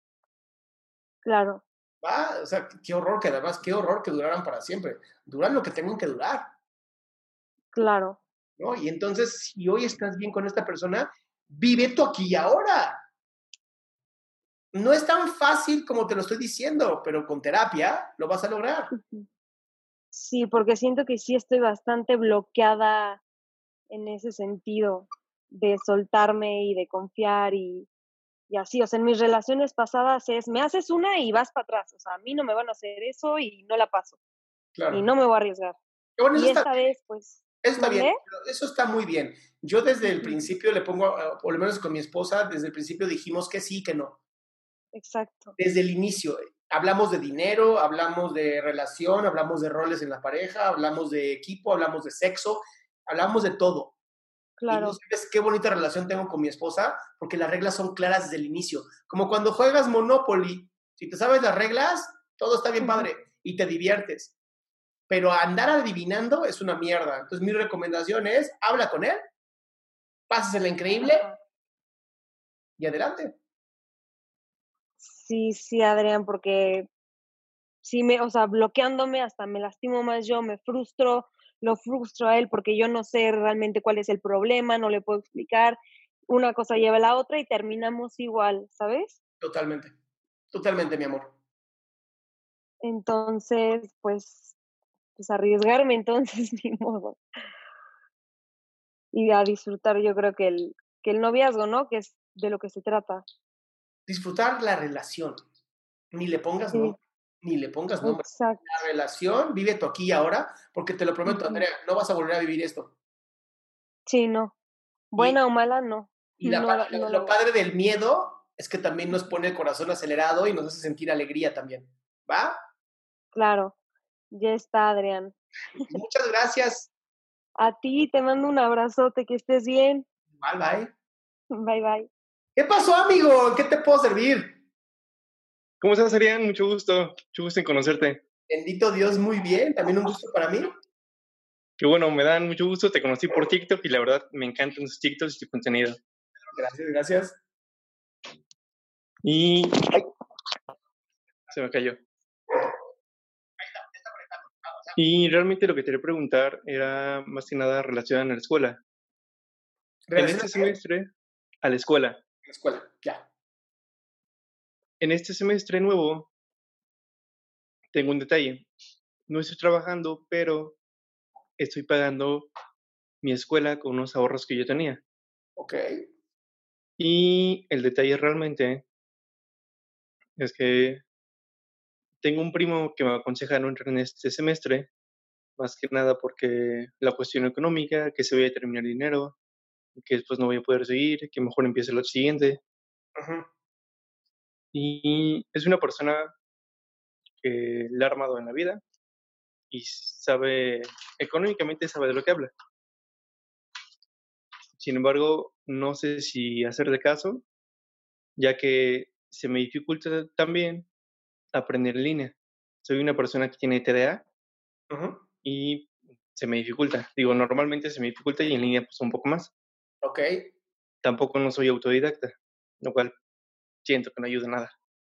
claro, ¿Va? O sea, qué horror que además, qué horror que duraran para siempre. Duran lo que tengan que durar, claro. ¿no? Y entonces, si hoy estás bien con esta persona, vive tu aquí y ahora. No es tan fácil como te lo estoy diciendo, pero con terapia lo vas a lograr. Ujú. Sí, porque siento que sí estoy bastante bloqueada en ese sentido de soltarme y de confiar y, y así, o sea, en mis relaciones pasadas es, me haces una y vas para atrás, o sea, a mí no me van a hacer eso y no la paso y Claro. no me voy a arriesgar. Bueno, eso Y está esta bien, vez, pues, eso está bien, ¿mandé? pero eso está muy bien. Yo desde el Ujú. principio le pongo, eh, por lo menos con mi esposa, desde el principio dijimos que sí, que no. Exacto, Desde el inicio. Hablamos de dinero, hablamos de relación, hablamos de roles en la pareja, hablamos de equipo, hablamos de sexo, hablamos de todo. Y no claro. sabes qué bonita relación tengo con mi esposa, porque las reglas son claras desde el inicio. Como cuando juegas Monopoly, si te sabes las reglas, todo está bien Ujú. padre y te diviertes. Pero andar adivinando es una mierda. Entonces mi recomendación es, habla con él, pásasela increíble Ajá. y adelante. Sí, sí, Adrián, porque sí me, o sea, bloqueándome hasta me lastimo más yo, me frustro, lo frustro a él porque yo no sé realmente cuál es el problema, no le puedo explicar, una cosa lleva a la otra y terminamos igual, ¿sabes? Totalmente. Totalmente, mi amor. Entonces, pues, pues arriesgarme entonces, ni modo. Y a disfrutar yo creo que el, que el noviazgo, ¿no? Que es de lo que se trata. Disfrutar la relación. Ni le pongas Sí, nombre, ni le pongas nombre. exacto. La relación, vive tú aquí y ahora, porque te lo prometo, Ujú. Andrea, no vas a volver a vivir esto. Sí, no. Y, Buena o mala, no. y la No, pa- la- lo, no lo lo padre del miedo es que también nos pone el corazón acelerado y nos hace sentir alegría también. ¿Va? Claro. Ya está, Adrián. Muchas gracias. A ti te mando un abrazote, que estés bien. Bye, bye. Bye, bye. ¿Qué pasó, amigo? ¿En qué te puedo servir? ¿Cómo estás, Adrián? Mucho gusto. Mucho gusto en conocerte. Bendito Dios, muy bien. También un gusto para mí. Qué bueno, me dan mucho gusto. Te conocí por TikTok y la verdad me encantan tus TikToks y tu contenido. Gracias, gracias. Y... ¡Ay! Se me cayó. Y realmente lo que te quería preguntar era más que nada relacionado a la escuela. En este semestre, a la escuela. A la escuela, ya. En este semestre nuevo, tengo un detalle. No estoy trabajando, pero estoy pagando mi escuela con unos ahorros que yo tenía. Ok. Y el detalle realmente es que tengo un primo que me aconseja no entrar en este semestre, más que nada porque la cuestión económica, que se voy a terminar dinero, que después no voy a poder seguir, que mejor empiece lo siguiente. Ajá. Y es una persona que le ha armado en la vida y sabe, económicamente sabe de lo que habla. Sin embargo, no sé si hacerle caso, ya que se me dificulta también aprender en línea. Soy una persona que tiene T D A Ajá. y se me dificulta. Digo, normalmente se me dificulta y en línea pues un poco más. Ok. Tampoco no soy autodidacta, lo cual siento que no ayuda nada.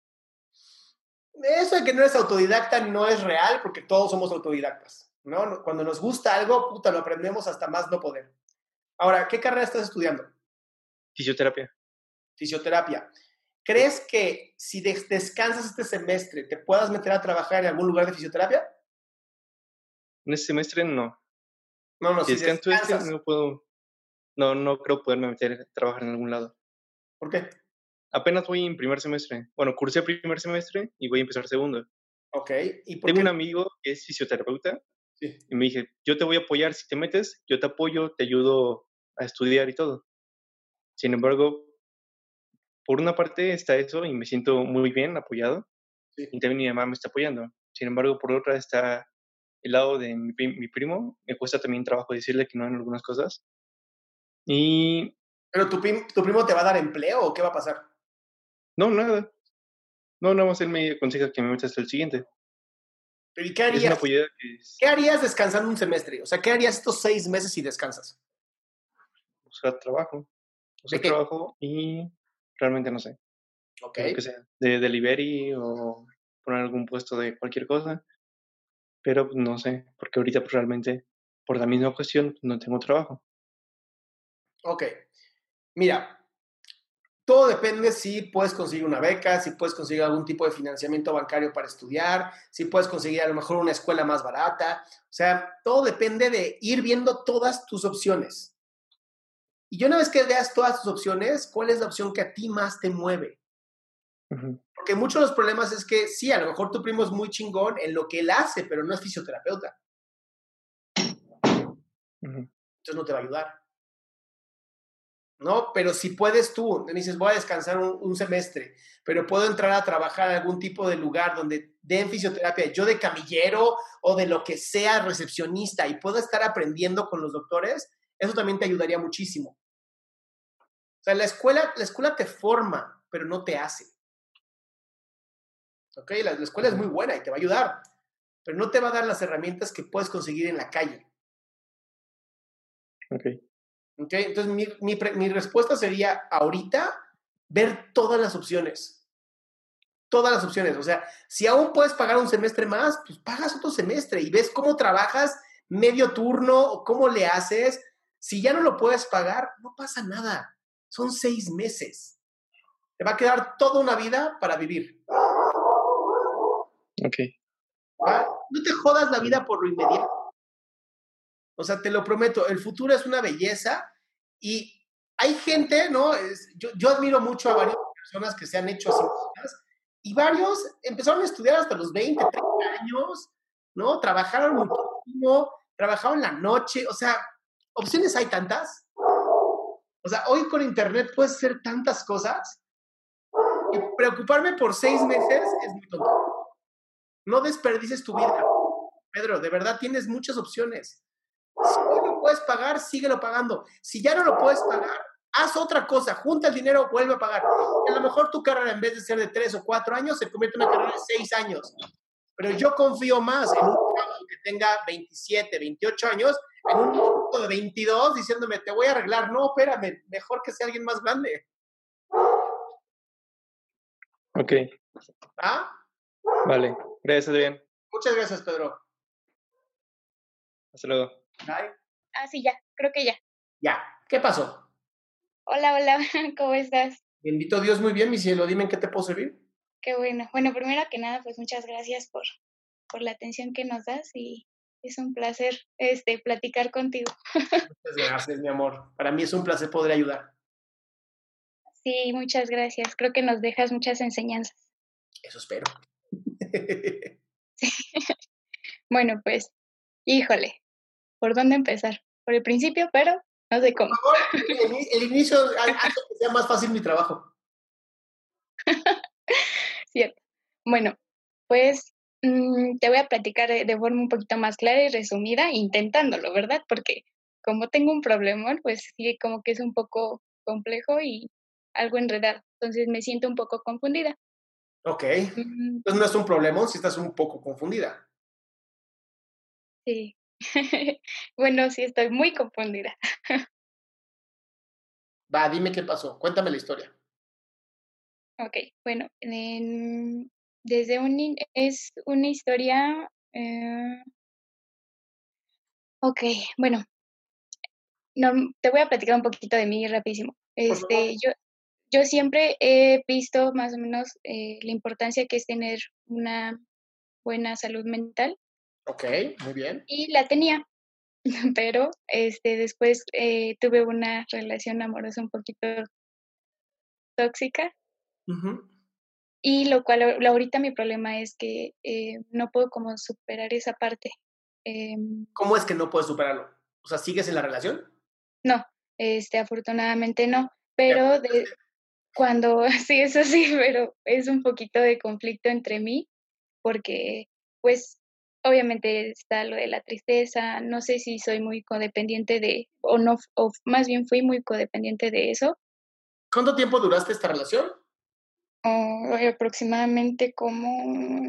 Eso de que no eres autodidacta no es real porque todos somos autodidactas, ¿no? Cuando nos gusta algo, puta, lo aprendemos hasta más no poder. Ahora, ¿qué carrera estás estudiando? Fisioterapia. Fisioterapia. ¿Crees que si des- descansas este semestre te puedas meter a trabajar en algún lugar de fisioterapia? En este semestre no. No, no, Si si descanso este, descansas. no puedo, no, no creo poderme meter a trabajar en algún lado. ¿Por qué? Apenas voy en primer semestre. Bueno, cursé primer semestre y voy a empezar segundo. Ok. ¿Y por Tengo qué? un amigo que es fisioterapeuta Sí. y me dije, yo te voy a apoyar si te metes, yo te apoyo, te ayudo a estudiar y todo. Sin embargo, por una parte está eso y me siento muy bien apoyado Sí. y también mi mamá me está apoyando. Sin embargo, por otra está el lado de mi, prim- mi primo, me cuesta también trabajo decirle que no en algunas cosas. Y ¿Pero tu, prim- tu primo te va a dar empleo o qué va a pasar? no, nada. No, nada más él me aconseja que me meta hasta el siguiente. ¿Pero y qué Es una harías? apoyada que es ¿Qué harías descansando un semestre? O sea, ¿qué harías estos seis meses si descansas? buscar trabajo. Buscar ¿De qué? trabajo y realmente no sé. Ok. Lo que sea. De delivery o poner algún puesto de cualquier cosa. Pero pues, no sé, porque ahorita pues, realmente, por la misma cuestión, no tengo trabajo. Ok. Mira, todo depende si puedes conseguir una beca, si puedes conseguir algún tipo de financiamiento bancario para estudiar, si puedes conseguir a lo mejor una escuela más barata. O sea, todo depende de ir viendo todas tus opciones. Y una vez que veas todas tus opciones, ¿cuál es la opción que a ti más te mueve? Ujú. Porque muchos de los problemas es que sí, a lo mejor tu primo es muy chingón en lo que él hace, pero no es fisioterapeuta. Ujú. Entonces no te va a ayudar. ¿No? Pero si puedes tú, me dices, voy a descansar un, un semestre, pero puedo entrar a trabajar en algún tipo de lugar donde den fisioterapia, yo de camillero o de lo que sea, recepcionista, y puedo estar aprendiendo con los doctores, eso también te ayudaría muchísimo. O sea, la escuela, la escuela te forma, pero no te hace. ¿Ok? La, la escuela es muy buena y te va a ayudar, pero no te va a dar las herramientas que puedes conseguir en la calle. Ok. ¿Ok? Entonces, mi, mi, mi respuesta sería, ahorita, ver todas las opciones. Todas las opciones. O sea, si aún puedes pagar un semestre más, pues pagas otro semestre y ves cómo trabajas medio turno o cómo le haces. Si ya no lo puedes pagar, no pasa nada. Son seis meses. Te va a quedar toda una vida para vivir. Ok. ¿Va? No te jodas la vida por lo inmediato. O sea, te lo prometo, el futuro es una belleza y hay gente, ¿no? Es, yo, yo admiro mucho a varias personas que se han hecho así cosas, y varios empezaron a estudiar hasta los veinte, treinta años, ¿no? Trabajaron muchísimo, trabajaron en la noche, o sea, opciones hay tantas. O sea, hoy con internet puedes hacer tantas cosas y preocuparme por seis meses es muy tonto. No desperdices tu vida. Pedro, de verdad tienes muchas opciones. Si hoy lo puedes pagar, síguelo pagando. Si ya no lo puedes pagar, haz otra cosa, junta el dinero, vuelve a pagar. A lo mejor tu carrera, en vez de ser de tres o cuatro años, se convierte en una carrera de seis años. Pero yo confío más en un chavo que tenga veintisiete, veintiocho años, en un chico de veintidós diciéndome, te voy a arreglar. No, espérame, mejor que sea alguien más grande. Ok. ¿Ah? Vale. Gracias, Adrián. Muchas gracias, Pedro. Hasta luego. Bye. Ah, sí, ya. Creo que ya. Ya. ¿Qué pasó? Hola, hola. ¿Cómo estás? Bendito Dios, muy bien, mi cielo. Dime en qué te puedo servir. Qué bueno. Bueno, primero que nada, pues muchas gracias por, por la atención que nos das y es un placer este, platicar contigo. Muchas gracias, mi amor. Para mí es un placer poder ayudar. Sí, muchas gracias. Creo que nos dejas muchas enseñanzas. Eso espero. Sí. Bueno, pues, híjole, ¿por dónde empezar? Por el principio, pero no sé cómo. Por favor, el, el inicio hace que sea más fácil mi trabajo. Cierto. Bueno, pues mmm, te voy a platicar de, de forma un poquito más clara y resumida, intentándolo, ¿verdad? Porque como tengo un problema, pues sí, como que es un poco complejo y algo enredado. Entonces me siento un poco confundida. Ok. Mm, Entonces no es un problema si estás un poco confundida. sí. Bueno, sí, estoy muy confundida. Va, dime qué pasó. Cuéntame la historia. Ok, bueno, en- desde un... in- es una historia... eh, ok, bueno, no, te voy a platicar un poquito de mí rapidísimo. Por favor. Este, yo, yo siempre he visto más o menos eh, la importancia que es tener una buena salud mental Ok, muy bien. y la tenía, pero este, después eh, tuve una relación amorosa un poquito tóxica Uh-huh. y lo cual a- ahorita mi problema es que eh, no puedo como superar esa parte. Em, ¿Cómo es que no puedes superarlo? O sea, ¿sigues en la relación? no, este, afortunadamente no, Ya. pero de, cuando, sí, eso sí, pero es un poquito de conflicto entre mí, porque, pues, obviamente está lo de la tristeza, no sé si soy muy codependiente de, o no, o más bien fui muy codependiente de eso, ¿Cuánto tiempo duraste esta relación? o aproximadamente como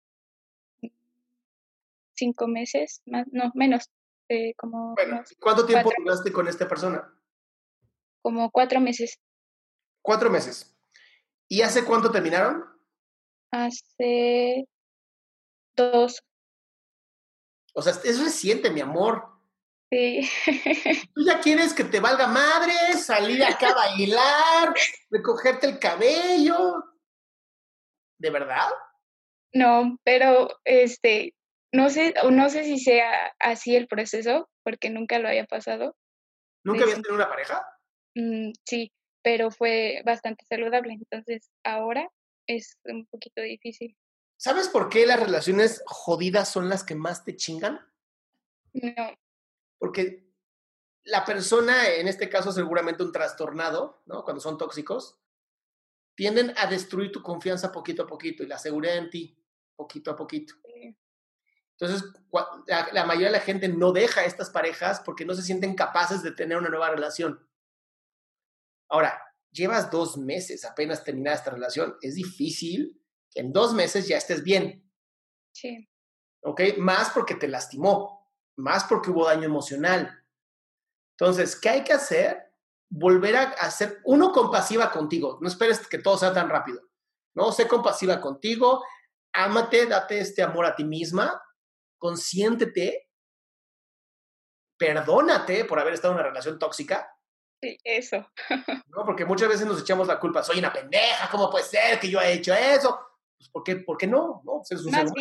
cinco meses, más, no, menos, eh, como Bueno, unos ¿cuánto tiempo cuatro, duraste con esta persona? como cuatro meses. Cuatro meses. ¿Y hace cuánto terminaron? Hace dos, O sea, es reciente, mi amor. sí. Tú ya quieres que te valga madre, salir acá a bailar, recogerte el cabello. ¿De verdad? No, pero este, no sé, o no sé si sea así el proceso, porque nunca lo había pasado. ¿Nunca habías Dicen, tenido una pareja? mm, sí, pero fue bastante saludable, entonces ahora es un poquito difícil. ¿Sabes por qué las relaciones jodidas son las que más te chingan? No, Porque la persona, en este caso seguramente un trastornado, ¿no? Cuando son tóxicos, tienden a destruir tu confianza poquito a poquito y la seguridad en ti poquito a poquito. eh, Entonces, cua- la, la mayoría de la gente no deja a estas parejas porque no se sienten capaces de tener una nueva relación. Ahora, llevas dos meses apenas terminada esta relación. Es difícil que en dos meses ya estés bien, sí, ¿ok? Más porque te lastimó, más porque hubo daño emocional. Entonces, ¿qué hay que hacer? Volver a hacer, uno, compasiva contigo. No esperes que todo sea tan rápido, ¿no? Sé compasiva contigo, ámate, date este amor a ti misma, consiéntete, perdónate por haber estado en una relación tóxica, sí, eso. ¿no? Porque muchas veces nos echamos la culpa. Soy una pendeja, ¿cómo puede ser que yo haya hecho eso? Pues, ¿por qué, ¿por qué no? ¿No? Pues eres un ser Más humano. bien,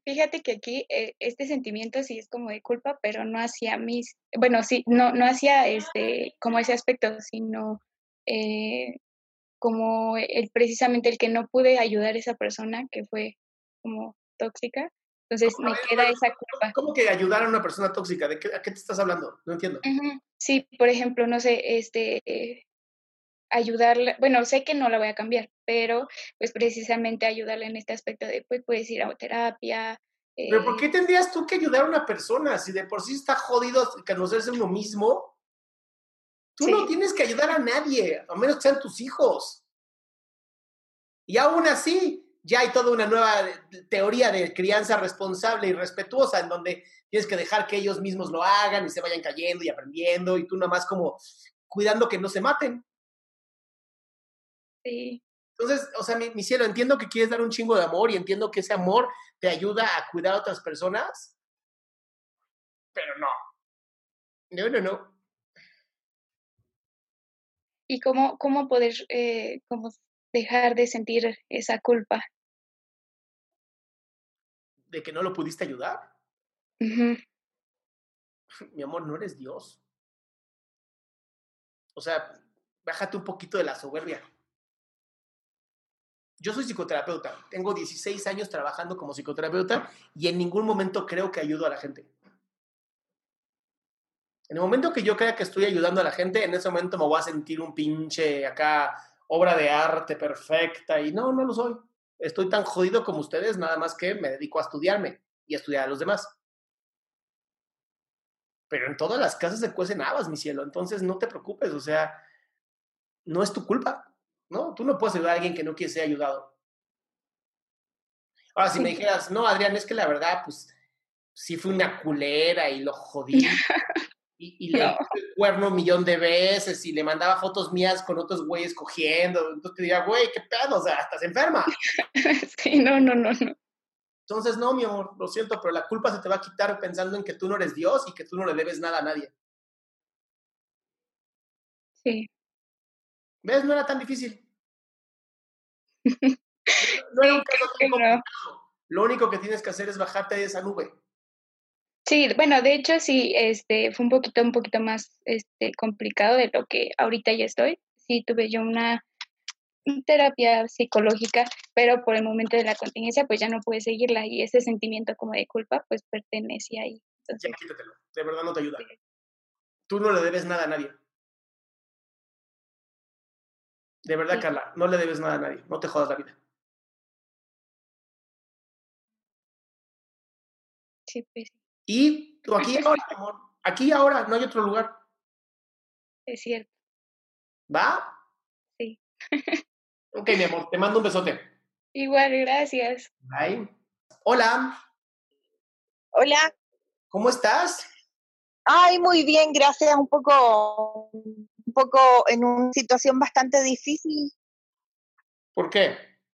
Fíjate que aquí eh, este sentimiento sí es como de culpa, pero no hacia mí, bueno, sí, no, no hacia este, como ese aspecto, sino eh, como el precisamente el que no pude ayudar a esa persona que fue como tóxica. Entonces ¿Cómo, a me ver, queda esa culpa. ¿cómo que ayudar a una persona tóxica? ¿De qué, a qué te estás hablando? No entiendo. Ujú. Sí, por ejemplo, no sé, este, eh, ayudarle, bueno, sé que no la voy a cambiar, pero pues precisamente ayudarle en este aspecto de, pues puedes ir a terapia. ¿Pero por qué Eh, tendrías tú que ayudar a una persona si de por sí está jodido conocerse uno mismo? Tú no sí, tienes que ayudar a nadie, a menos que sean tus hijos. Y aún así, ya hay toda una nueva teoría de crianza responsable y respetuosa, en donde tienes que dejar que ellos mismos lo hagan y se vayan cayendo y aprendiendo, y tú nada más como cuidando que no se maten. sí, Entonces, o sea, mi, mi cielo, entiendo que quieres dar un chingo de amor y entiendo que ese amor te ayuda a cuidar a otras personas, pero no. No, no, no. y cómo, cómo poder, eh, cómo dejar de sentir esa culpa. ¿De que no lo pudiste ayudar? Ujú. Mi amor, no eres Dios. O sea, bájate un poquito de la soberbia. Yo soy psicoterapeuta, tengo dieciséis años trabajando como psicoterapeuta y en ningún momento creo que ayudo a la gente. En el momento que yo crea que estoy ayudando a la gente, en ese momento me voy a sentir un pinche acá, obra de arte perfecta, y no, no lo soy. Estoy tan jodido como ustedes, nada más que me dedico a estudiarme y a estudiar a los demás. Pero en todas las casas se cuecen habas, mi cielo, entonces no te preocupes, o sea, no es tu culpa, ¿no? Tú no puedes ayudar a alguien que no quiere ser ayudado. Ahora, si me Sí. dijeras, no, Adrián, es que la verdad, pues, sí fui una culera y lo jodí, y, y le No. puse el cuerno un millón de veces y le mandaba fotos mías con otros güeyes cogiendo, entonces te diría, güey, qué pedo, o sea, estás enferma. Sí, no, no, no, no. Entonces, no, mi amor, lo siento, pero la culpa se te va a quitar pensando en que tú no eres Dios y que tú no le debes nada a nadie. Sí. ¿Ves? No era tan difícil. No, no era un Sí, caso creo tan que no. complicado. Lo único que tienes que hacer es bajarte de esa nube. Sí, bueno, de hecho sí, este, fue un poquito, un poquito más, este, complicado de lo que ahorita ya estoy. Sí, tuve yo una terapia psicológica, pero por el momento de la contingencia, pues ya no pude seguirla y ese sentimiento como de culpa, pues pertenece ahí. Ya Entonces, quítatelo. De verdad no te ayuda. sí, Tú no le debes nada a nadie. De verdad, sí, Carla, no le debes nada a nadie. No te jodas la vida. sí, pues sí, Y tú aquí y ahora, amor. Aquí y ahora, no hay otro lugar. es cierto, ¿Va? sí. Ok, mi amor, te mando un besote. Igual, gracias. Bye. Hola, Hola. ¿cómo estás? Ay, muy bien, gracias. Un poco, un poco en una situación bastante difícil. ¿Por qué?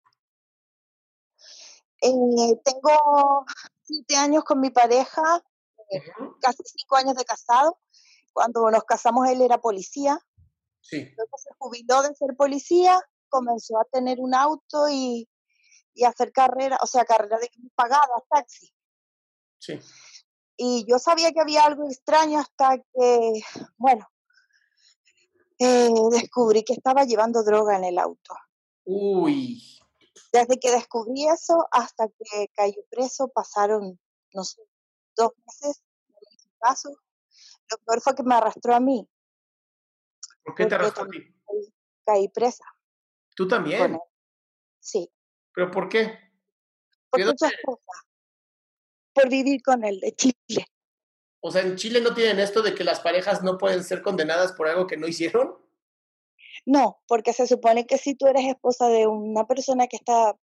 Eh, tengo siete años con mi pareja, eh, Uh-huh. casi cinco años de casado. Cuando nos casamos él era policía. Sí. Luego se jubiló de ser policía, comenzó a tener un auto y, y a hacer carrera, o sea, carrera de pagada, taxi. Sí. Y yo sabía que había algo extraño hasta que, bueno, eh, descubrí que estaba llevando droga en el auto. Uy. Desde que descubrí eso hasta que cayó preso pasaron, no sé, dos meses en su caso. Lo peor fue que me arrastró a mí, ¿Por qué te porque arrastró a también ti? caí, caí presa ¿Tú con también? él. Sí, ¿Pero por qué? ¿De porque dónde? su esposa, por vivir con él de Chile. O sea, ¿en Chile no tienen esto de que las parejas no pueden ser condenadas por algo que no hicieron? No, porque se supone que si tú eres esposa de una persona que está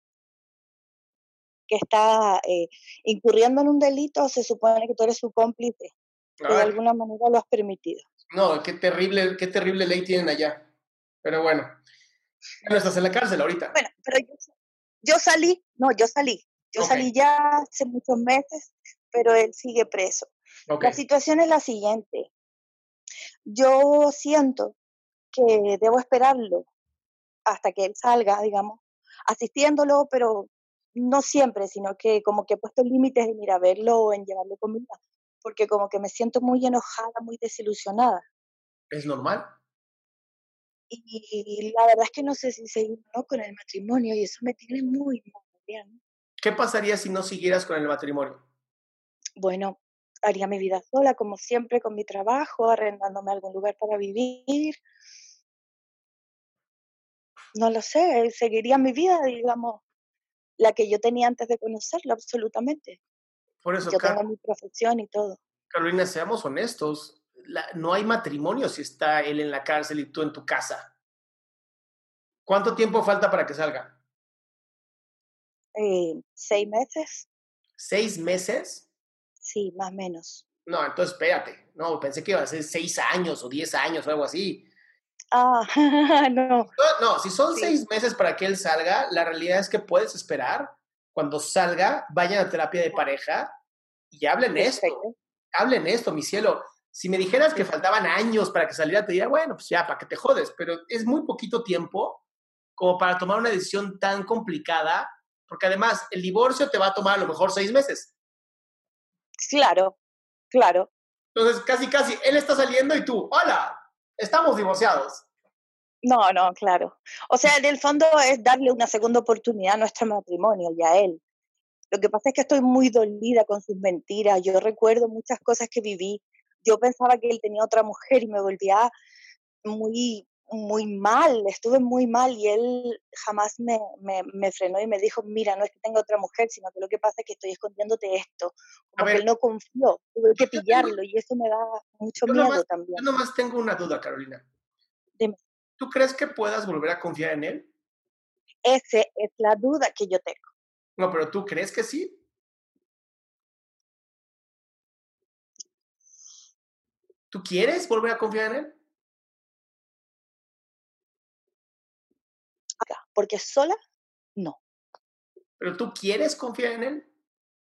que está eh, incurriendo en un delito, se supone que tú eres su cómplice, que de Ay, alguna manera lo has permitido. no, qué terrible, qué terrible ley tienen allá. Pero bueno, ya no estás en la cárcel ahorita. Bueno, pero yo, yo salí, no, yo salí, yo Ok, salí ya hace muchos meses, pero él sigue preso. ok. La situación es la siguiente, yo siento que debo esperarlo hasta que él salga, digamos, asistiéndolo, pero no siempre, sino que como que he puesto límites en ir a verlo o en llevarle comida, porque como que me siento muy enojada, muy desilusionada. ¿Es normal? Y la verdad es que no sé si seguir, ¿no?, con el matrimonio, y eso me tiene muy, muy bien. ¿Qué pasaría si no siguieras con el matrimonio? Bueno, haría mi vida sola, como siempre, con mi trabajo, arrendándome algún lugar para vivir. No lo sé, seguiría mi vida, digamos, la que yo tenía antes de conocerlo, absolutamente. Por eso, Yo Car tengo mi profesión y todo. Carolina, seamos honestos, la no hay matrimonio si está él en la cárcel y tú en tu casa. ¿Cuánto tiempo falta para que salga? Eh, ¿seis meses? ¿seis meses? Sí, más o menos. No, entonces espérate. No, pensé que iba a ser seis años o diez años o algo así. Ah, no. No, no, si son Sí. seis meses para que él salga, la realidad es que puedes esperar. Cuando salga, vayan a terapia de pareja y hablen esto. Perfecto. Hablen esto, mi cielo. Si me dijeras que Sí. faltaban años para que saliera, te diría, bueno, pues ya, para que te jodes. Pero es muy poquito tiempo como para tomar una decisión tan complicada, porque además el divorcio te va a tomar a lo mejor seis meses. Claro, claro. Entonces, casi, casi, él está saliendo y tú, hola, estamos divorciados. No, no, claro. O sea, en el fondo es darle una segunda oportunidad a nuestro matrimonio y a él. Lo que pasa es que estoy muy dolida con sus mentiras. Yo recuerdo muchas cosas que viví. Yo pensaba que él tenía otra mujer y me volvía muy, muy mal. Estuve muy mal y él jamás me, me, me frenó y me dijo, mira, no es que tenga otra mujer, sino que lo que pasa es que estoy escondiéndote esto. A Como que ver, él no confió. Tuve que yo tengo, pillarlo y eso me da mucho yo miedo nomás, también. yo nomás tengo una duda, Carolina. Dime. ¿Tú crees que puedas volver a confiar en él? Esa es la duda que yo tengo. No, pero ¿tú crees que sí? ¿Tú quieres volver a confiar en él? Porque sola, no. ¿Pero tú quieres confiar en él?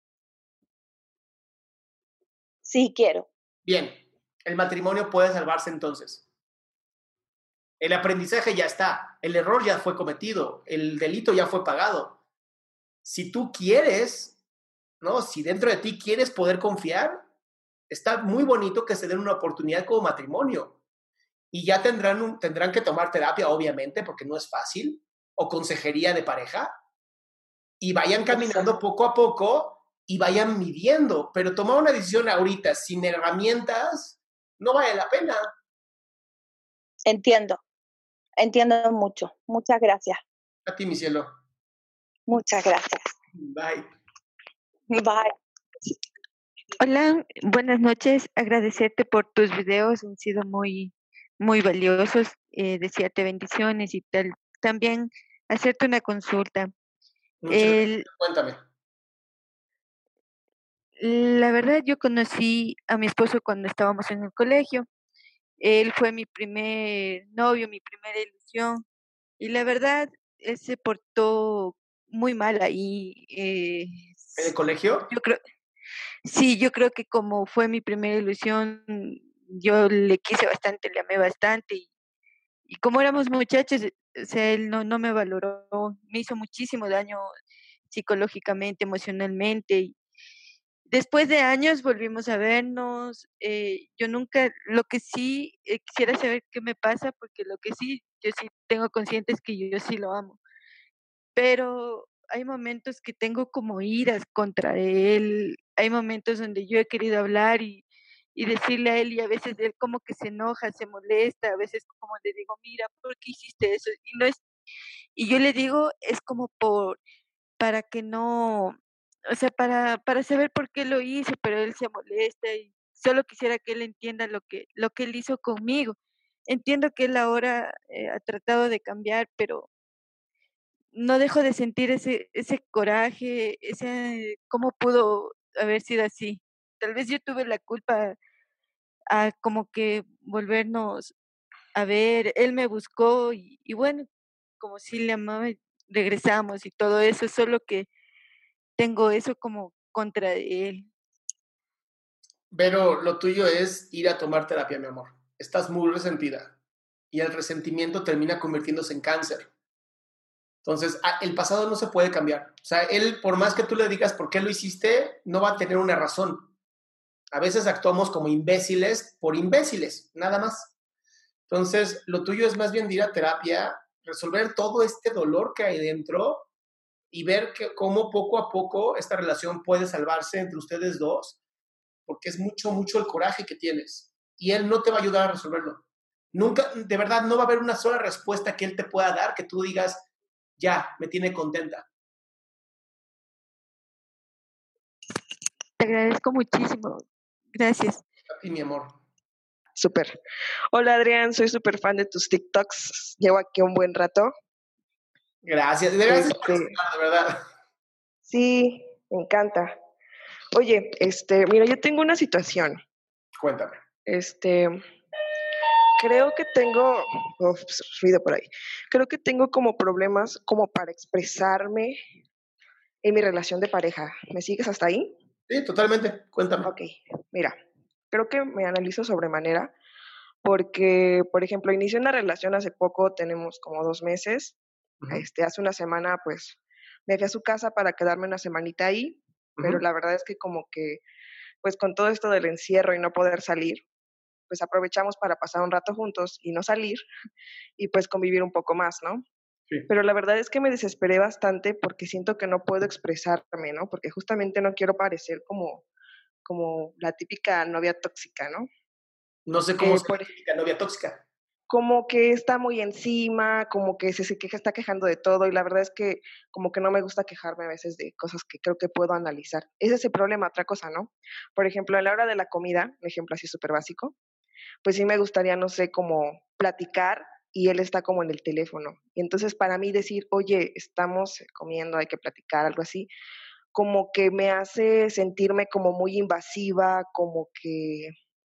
Sí, quiero. Bien, el matrimonio puede salvarse entonces. El aprendizaje ya está, el error ya fue cometido, el delito ya fue pagado. Si tú quieres, ¿no? Si dentro de ti quieres poder confiar, está muy bonito que se den una oportunidad como matrimonio. Y ya tendrán, un, tendrán que tomar terapia, obviamente, porque no es fácil, o consejería de pareja, y vayan caminando poco a poco y vayan midiendo. Pero tomar una decisión ahorita sin herramientas no vale la pena. Entiendo, entiendo mucho. Muchas gracias. A ti, mi cielo. Muchas gracias. Bye. Bye. Hola, buenas noches. Agradecerte por tus videos, han sido muy, muy valiosos. Eh, desearte bendiciones y tal. También hacerte una consulta. Muchas El, gracias. Cuéntame. la verdad, yo conocí a mi esposo cuando estábamos en el colegio. Él fue mi primer novio, mi primera ilusión. Y la verdad, él se portó muy mal ahí. Eh, ¿En el colegio? yo creo, sí, yo creo que como fue mi primera ilusión, yo le quise bastante, le amé bastante. Y, y como éramos muchachos, o sea, él no, no me valoró, me hizo muchísimo daño psicológicamente, emocionalmente. Y después de años volvimos a vernos. Eh, yo nunca, lo que sí eh, quisiera saber qué me pasa, porque lo que sí, yo sí tengo consciente es que yo, yo sí lo amo. Pero hay momentos que tengo como iras contra él, hay momentos donde yo he querido hablar y, y decirle a él y a veces él como que se enoja, se molesta, a veces como le digo, mira, ¿por qué hiciste eso? Y no es, y yo le digo, es como por, para que no, o sea, para, para saber por qué lo hice, pero él se molesta y solo quisiera que él entienda lo que, lo que él hizo conmigo. Entiendo que él ahora eh, ha tratado de cambiar, pero no dejo de sentir ese, ese coraje, ese cómo pudo haber sido así. Tal vez yo tuve la culpa a como que volvernos a ver, él me buscó y, y bueno, como si le amaba, regresamos y todo eso, solo que tengo eso como contra él. Pero lo tuyo es ir a tomar terapia, mi amor. Estás muy resentida y el resentimiento termina convirtiéndose en cáncer. Entonces, el pasado no se puede cambiar. O sea, él, por más que tú le digas por qué lo hiciste, no va a tener una razón. A veces actuamos como imbéciles por imbéciles, nada más. Entonces, lo tuyo es más bien ir a terapia, resolver todo este dolor que hay dentro y ver que, cómo poco a poco esta relación puede salvarse entre ustedes dos, porque es mucho, mucho el coraje que tienes. Y él no te va a ayudar a resolverlo. Nunca, de verdad, no va a haber una sola respuesta que él te pueda dar que tú digas, ya, me tiene contenta. Te agradezco muchísimo. Gracias. A ti, mi amor. Súper. Hola, Adrián, soy súper fan de tus TikToks. Llevo aquí un buen rato. Gracias. De verdad, este, de verdad. Sí, me encanta. Oye, este, mira, yo tengo una situación. Cuéntame. Este, creo que tengo, oh, ruido por ahí. Creo que tengo como problemas como para expresarme en mi relación de pareja. ¿Me sigues hasta ahí? Sí, totalmente. Cuéntame. Ok, mira, creo que me analizo sobremanera porque, por ejemplo, inicié una relación hace poco, tenemos como dos meses. Uh-huh. Este, hace una semana, pues, me fui a su casa para quedarme una semanita ahí, uh-huh. pero la verdad es que como que, pues, con todo esto del encierro y no poder salir, pues aprovechamos para pasar un rato juntos y no salir y pues convivir un poco más, ¿no? Sí. Pero la verdad es que me desesperé bastante porque siento que no puedo expresarme, ¿no? Porque justamente no quiero parecer como, como la típica novia tóxica, ¿no? No sé cómo eh, es la típica novia tóxica. Como que está muy encima, como que se, se queja, está quejando de todo y la verdad es que como que no me gusta quejarme a veces de cosas que creo que puedo analizar. Ese es el problema, otra cosa, ¿no? Por ejemplo, a la hora de la comida, un ejemplo así súper básico, pues sí me gustaría, no sé, como platicar y él está como en el teléfono. Y entonces para mí decir, oye, estamos comiendo, hay que platicar, algo así, como que me hace sentirme como muy invasiva, como que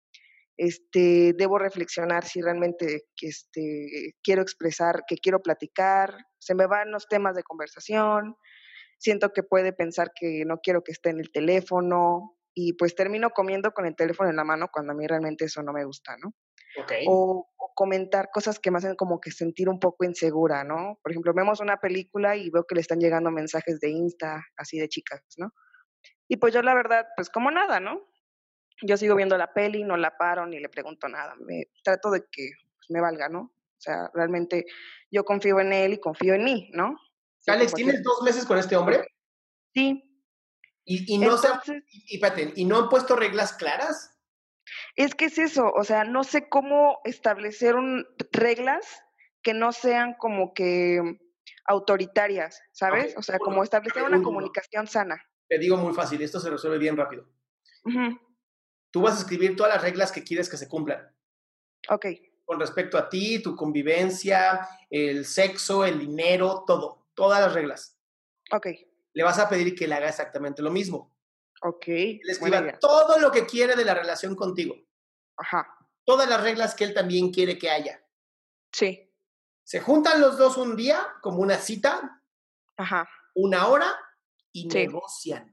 este, debo reflexionar si realmente que este, quiero expresar, que quiero platicar, se me van los temas de conversación, siento que puede pensar que no quiero que esté en el teléfono y pues termino comiendo con el teléfono en la mano cuando a mí realmente eso no me gusta, ¿no? Okay. O, o comentar cosas que me hacen como que sentir un poco insegura, ¿no? Por ejemplo, vemos una película y veo que le están llegando mensajes de Insta, así de chicas, ¿no? Y pues yo la verdad, pues como nada, ¿no? Yo sigo viendo la peli, no la paro ni le pregunto nada. Me trato de que pues, me valga, ¿no? O sea, realmente yo confío en él y confío en mí, ¿no? Alex, ¿tienes dos meses con este hombre? Sí. ¿Y, y, no Entonces, se, y, y, ¿Y no han puesto reglas claras? Es que es eso, o sea, no sé cómo establecer un, reglas que no sean como que autoritarias, ¿sabes? Okay. O sea, como establecer una comunicación sana. Te digo muy fácil, esto se resuelve bien rápido. Uh-huh. Tú vas a escribir todas las reglas que quieres que se cumplan. Ok. Con respecto a ti, tu convivencia, el sexo, el dinero, todo. Todas las reglas. Ok. Le vas a pedir que le haga exactamente lo mismo. Ok. Le escriba todo lo que quiere de la relación contigo. Ajá. Todas las reglas que él también quiere que haya. Sí. Se juntan los dos un día, como una cita. Ajá. Una hora y sí. negocian.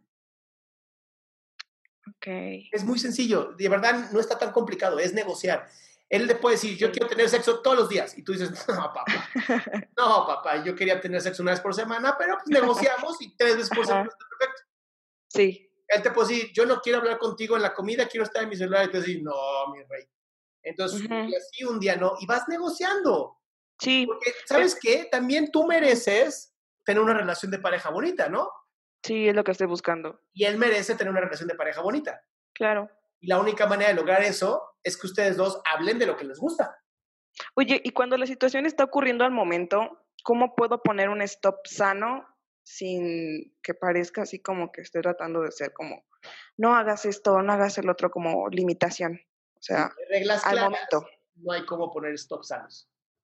Okay. Es muy sencillo, de verdad no está tan complicado, es negociar. Él le puede decir, yo sí. quiero tener sexo todos los días, y tú dices, no, papá, no, papá, yo quería tener sexo una vez por semana, pero pues negociamos y tres veces por semana está perfecto. Sí. Él te puede decir, yo no quiero hablar contigo en la comida, quiero estar en mi celular, y tú decir, no, mi rey. Entonces, uh-huh. un día sí, un día no, y vas negociando. Sí. Porque, ¿sabes es... qué? También tú mereces tener una relación de pareja bonita, ¿no? Sí, es lo que estoy buscando. Y él merece tener una relación de pareja bonita. Claro. Y la única manera de lograr eso es que ustedes dos hablen de lo que les gusta. Oye, y cuando la situación está ocurriendo al momento, ¿cómo puedo poner un stop sano sin que parezca así como que estoy tratando de ser como, no hagas esto, no hagas el otro, como limitación? O sea, sí, reglas al claras, momento. No hay cómo poner stop sanos.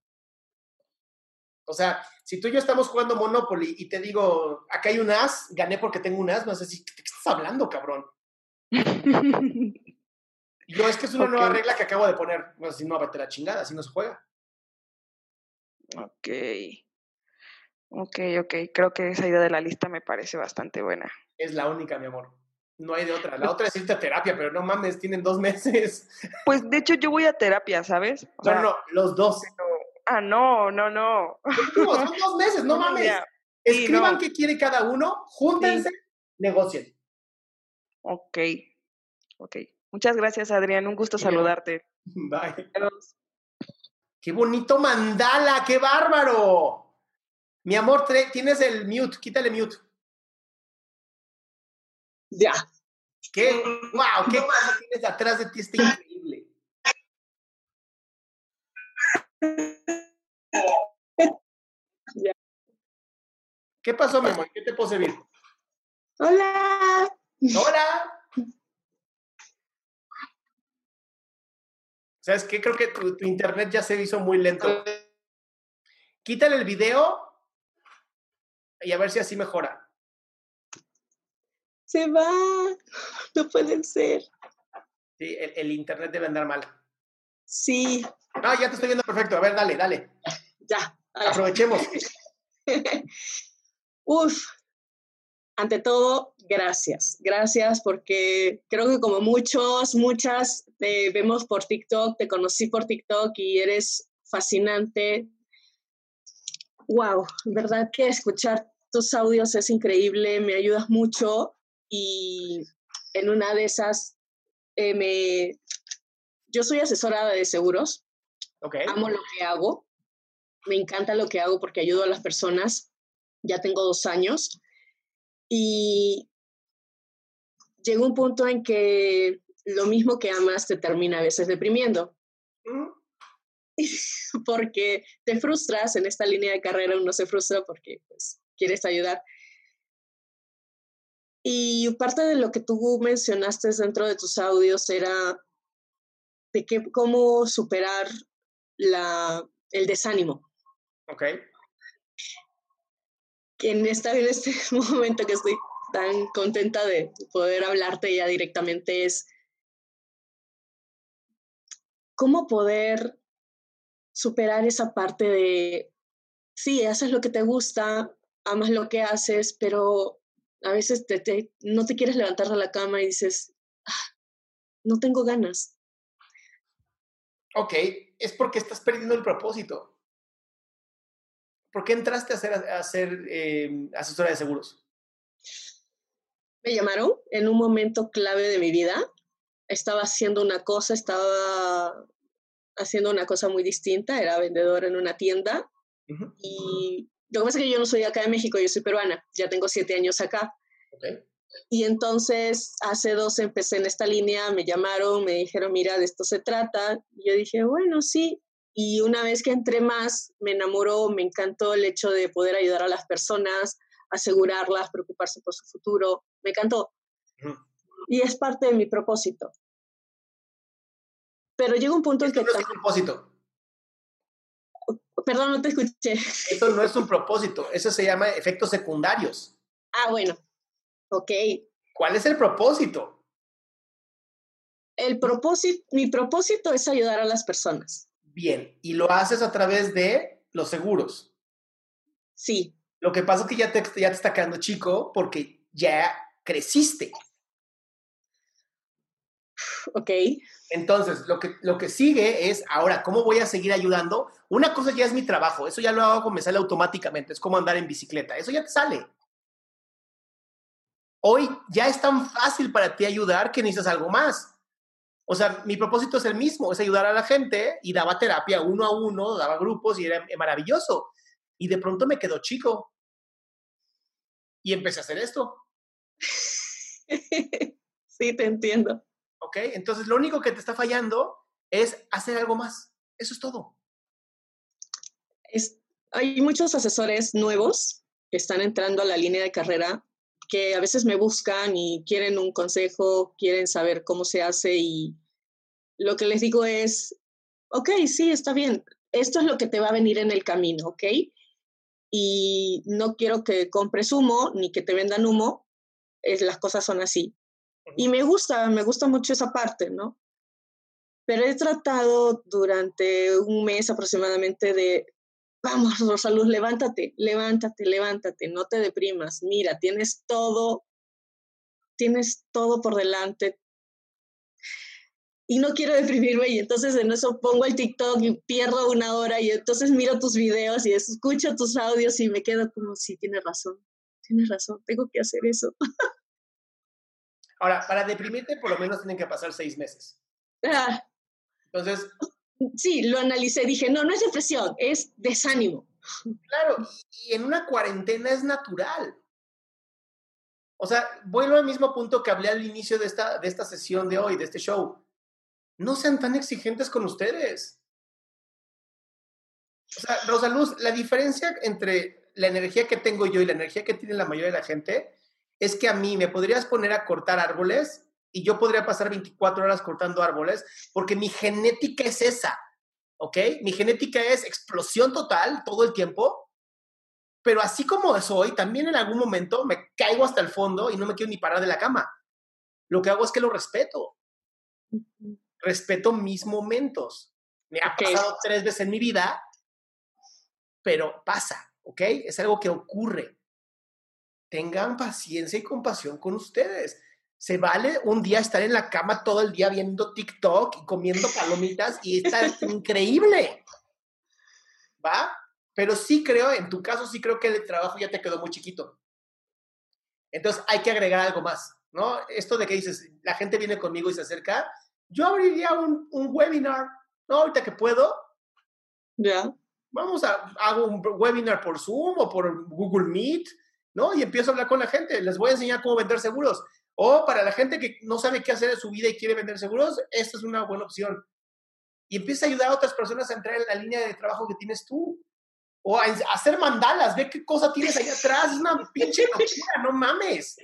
O sea, si tú y yo estamos jugando Monopoly y te digo, acá hay un as, gané porque tengo un as, no sé si, ¿de qué estás hablando, cabrón? Yo, es que es una okay. nueva regla que acabo de poner. No sé si no, vete la chingada, así no se juega. Ok. Ok, ok. Creo que esa idea de la lista me parece bastante buena. Es la única, mi amor. No hay de otra. La otra es irte a terapia, pero no mames, tienen dos meses. Pues, de hecho, yo voy a terapia, ¿sabes? O no, sea, no, no, los dos. Pero, Ah, no, no, no. Digo, son dos meses, no mames. Ya. Sí, Escriban no. qué quiere cada uno, júntense, Sí. negocien. Ok, ok. Muchas gracias, Adrián. Un gusto saludarte. Bye. Adiós. ¡Qué bonito mandala! ¡Qué bárbaro! Mi amor, tre- tienes el mute, quítale mute. Ya. ¿Qué? ¡Wow! ¿Qué cosa tienes atrás de ti? Está increíble. Ya. ¿Qué pasó, mi amor? ¿Qué te puedo servir? Hola. ¡Hola! ¿Sabes qué? Creo que tu, tu internet ya se hizo muy lento. Quítale el video y a ver si así mejora. Se va. No pueden ser. Sí, el, el internet debe andar mal. Sí. No, ya te estoy viendo perfecto. A ver, dale, dale. Ya. Ahora. Aprovechemos. Uf. Ante todo, gracias. Gracias porque creo que como muchos, muchas te vemos por TikTok, te conocí por TikTok y eres fascinante. Wow, verdad que escuchar tus audios es increíble, me ayudas mucho y en una de esas eh, me... Yo soy asesora de seguros, okay. Amo lo que hago, me encanta lo que hago porque ayudo a las personas, ya tengo dos años y llega un punto en que lo mismo que amas te termina a veces deprimiendo. ¿Mm? Porque te frustras en esta línea de carrera, uno se frustra porque pues, quieres ayudar. Y parte de lo que tú mencionaste dentro de tus audios era de que, cómo superar la, el desánimo. Ok. Que en, esta, en este momento que estoy tan contenta de poder hablarte ya directamente es cómo poder superar esa parte de, sí, haces lo que te gusta, amas lo que haces, pero a veces te, te, no te quieres levantar de la cama y dices, ah, no tengo ganas. Ok, es porque estás perdiendo el propósito. ¿Por qué entraste a ser, a ser eh, asesora de seguros? Me llamaron en un momento clave de mi vida. Estaba haciendo una cosa, estaba haciendo una cosa muy distinta, era vendedora en una tienda. Uh-huh. Y lo que pasa es que yo no soy acá de México, yo soy peruana, ya tengo siete años acá. Okay. Y entonces hace dos empecé en esta línea, me llamaron, me dijeron, mira, de esto se trata. Y yo dije, bueno, sí. Y una vez que entré más, me enamoró, me encantó el hecho de poder ayudar a las personas, asegurarlas, preocuparse por su futuro. Me encantó. Uh-huh. Y es parte de mi propósito. Pero llega un punto en que... Eso no es un propósito. Perdón, no te escuché. Eso no es un propósito, eso se llama efectos secundarios. Ah, bueno. Ok. ¿Cuál es el propósito? El propósito, mi propósito es ayudar a las personas. Bien, y lo haces a través de los seguros. Sí. Lo que pasa es que ya te, ya te está quedando chico porque ya creciste. Ok. Entonces, lo que, lo que sigue es, ahora, ¿cómo voy a seguir ayudando? Una cosa ya es mi trabajo, eso ya lo hago, me sale automáticamente, es como andar en bicicleta, eso ya te sale. Hoy ya es tan fácil para ti ayudar que necesitas algo más. O sea, mi propósito es el mismo, es ayudar a la gente y daba terapia uno a uno, daba grupos y era maravilloso. Y de pronto me quedó chico y empecé a hacer esto. Sí, te entiendo. ¿Ok? Entonces, lo único que te está fallando es hacer algo más. Eso es todo. Es, hay muchos asesores nuevos que están entrando a la línea de carrera que a veces me buscan y quieren un consejo, quieren saber cómo se hace y lo que les digo es, ok, sí, está bien, esto es lo que te va a venir en el camino, ¿ok? Y no quiero que compres humo ni que te vendan humo, es, las cosas son así. Y me gusta, me gusta mucho esa parte, ¿no? Pero he tratado durante un mes aproximadamente de, vamos, Rosaluz, levántate, levántate, levántate, no te deprimas. Mira, tienes todo, tienes todo por delante. y no quiero deprimirme y entonces en eso pongo el TikTok y pierdo una hora y entonces miro tus videos y escucho tus audios y me quedo como, sí, tienes razón, tienes razón, tengo que hacer eso. Ahora, para deprimirte por lo menos tienen que pasar seis meses. Ah, Entonces... Sí, lo analicé, dije, no, no es depresión, es desánimo. Claro, y, y en una cuarentena es natural. O sea, vuelvo al mismo punto que hablé al inicio de esta, de esta sesión de hoy, de este show. No sean tan exigentes con ustedes. O sea, Rosaluz, la diferencia entre la energía que tengo yo y la energía que tiene la mayoría de la gente es que a mí me podrías poner a cortar árboles y yo podría pasar veinticuatro horas cortando árboles porque mi genética es esa, ¿ok? Mi genética es explosión total todo el tiempo, pero así como soy, también en algún momento me caigo hasta el fondo y no me quiero ni parar de la cama. Lo que hago es que lo respeto. Uh-huh. Respeto mis momentos. Me ha okay. pasado tres veces en mi vida, pero pasa, ¿ok? Es algo que ocurre. Tengan paciencia y compasión con ustedes. Se vale un día estar en la cama todo el día viendo TikTok y comiendo palomitas y está increíble, ¿va? Pero sí creo, en tu caso sí creo que el trabajo ya te quedó muy chiquito. Entonces hay que agregar algo más, ¿no? Esto de que dices, la gente viene conmigo y se acerca, yo abriría un, un webinar, ¿no? Ahorita que puedo. Ya. Yeah. Vamos a, hago un webinar por Zoom o por Google Meet, ¿no? Y empiezo a hablar con la gente, les voy a enseñar cómo vender seguros. O para la gente que no sabe qué hacer en su vida y quiere vender seguros, esta es una buena opción. Y empieza a ayudar a otras personas a entrar en la línea de trabajo que tienes tú. O a hacer mandalas, ve qué cosa tienes ahí atrás, es una pinche locura, no mames.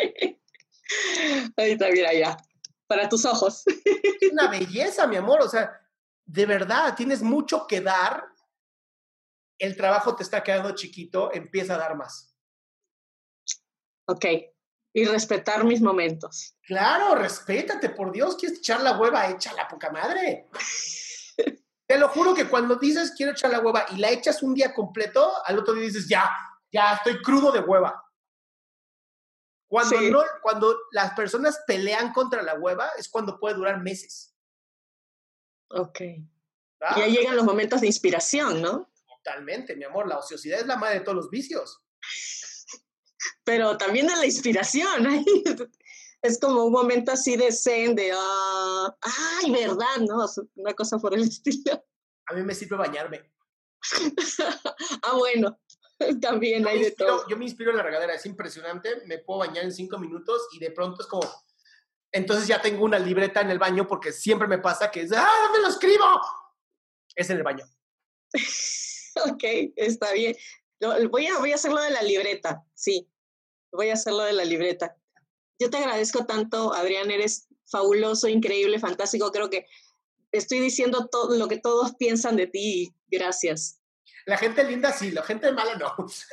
Ahí está, mira, ya, para tus ojos. Es una belleza, mi amor, o sea, de verdad, tienes mucho que dar, el trabajo te está quedando chiquito, empieza a dar más. Ok, y respetar mis momentos. Claro, respétate, por Dios, quieres echar la hueva, echa la poca madre. Te lo juro que cuando dices quiero echar la hueva y la echas un día completo, al otro día dices ya, ya estoy crudo de hueva. Cuando, sí. no, cuando las personas pelean contra la hueva es cuando puede durar meses. Ok. ¿Ah? Y ahí llegan los momentos de inspiración, ¿no? Totalmente, mi amor. La ociosidad es la madre de todos los vicios. Pero también de la inspiración. ¿eh? Es como un momento así de zen, de, uh, ay, verdad, ¿no? Una cosa por el estilo. A mí me sirve bañarme. Ah, bueno, también yo hay de inspiro, todo. Yo me inspiro en la regadera, es impresionante, me puedo bañar en cinco minutos y de pronto es como, entonces ya tengo una libreta en el baño porque siempre me pasa que es, ¡ah, dónde lo escribo! Es en el baño. Ok, está bien. Voy a, voy a hacer lo de la libreta, sí, voy a hacer lo de la libreta. Yo te agradezco tanto, Adrián, eres fabuloso, increíble, fantástico. Creo que estoy diciendo todo lo que todos piensan de ti. Gracias. La gente linda sí, la gente mala no.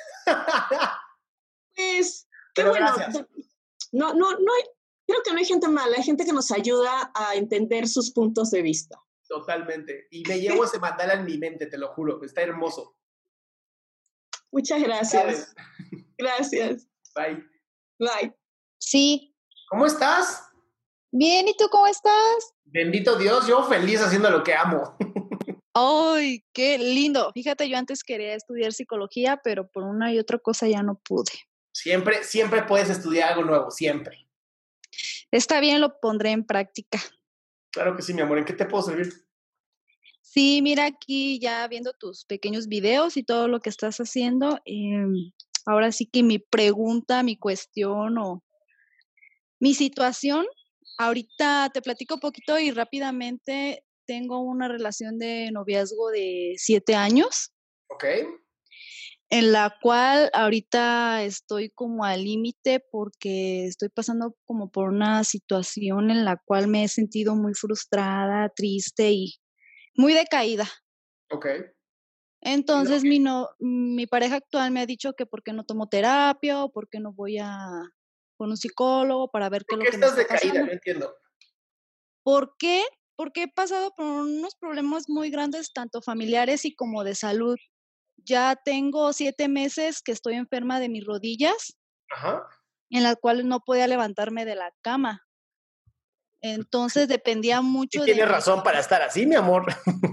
Pues, qué Pero bueno. Gracias. No, no, no hay, creo que no hay gente mala, hay gente que nos ayuda a entender sus puntos de vista. Totalmente. Y me llevo ese mandala en mi mente, te lo juro, está hermoso. Muchas gracias. ¿Sabes? Gracias. Bye. Bye. Sí. ¿Cómo estás? Bien, ¿y tú cómo estás? Bendito Dios, yo feliz haciendo lo que amo. ¡Ay, qué lindo! Fíjate, yo antes quería estudiar psicología, pero por una y otra cosa ya no pude. Siempre, siempre puedes estudiar algo nuevo, siempre. Está bien, lo pondré en práctica. Claro que sí, mi amor. ¿En qué te puedo servir? Sí, mira aquí ya viendo tus pequeños videos y todo lo que estás haciendo, eh, ahora sí que mi pregunta, mi cuestión o mi situación, ahorita te platico un poquito y rápidamente tengo una relación de noviazgo de siete años. Ok. En la cual ahorita estoy como al límite porque estoy pasando como por una situación en la cual me he sentido muy frustrada, triste y muy decaída. Ok. Entonces mi, no, mi pareja actual me ha dicho que por qué no tomo terapia o por qué no voy a con un psicólogo para ver qué es lo que me está pasando. ¿Por qué estás decaída? No entiendo. ¿Por qué? Porque he pasado por unos problemas muy grandes, tanto familiares y como de salud. Ya tengo siete meses que estoy enferma de mis rodillas, Ajá. en las cuales no podía levantarme de la cama. Entonces dependía mucho y de tienes mí. razón para estar así, mi amor.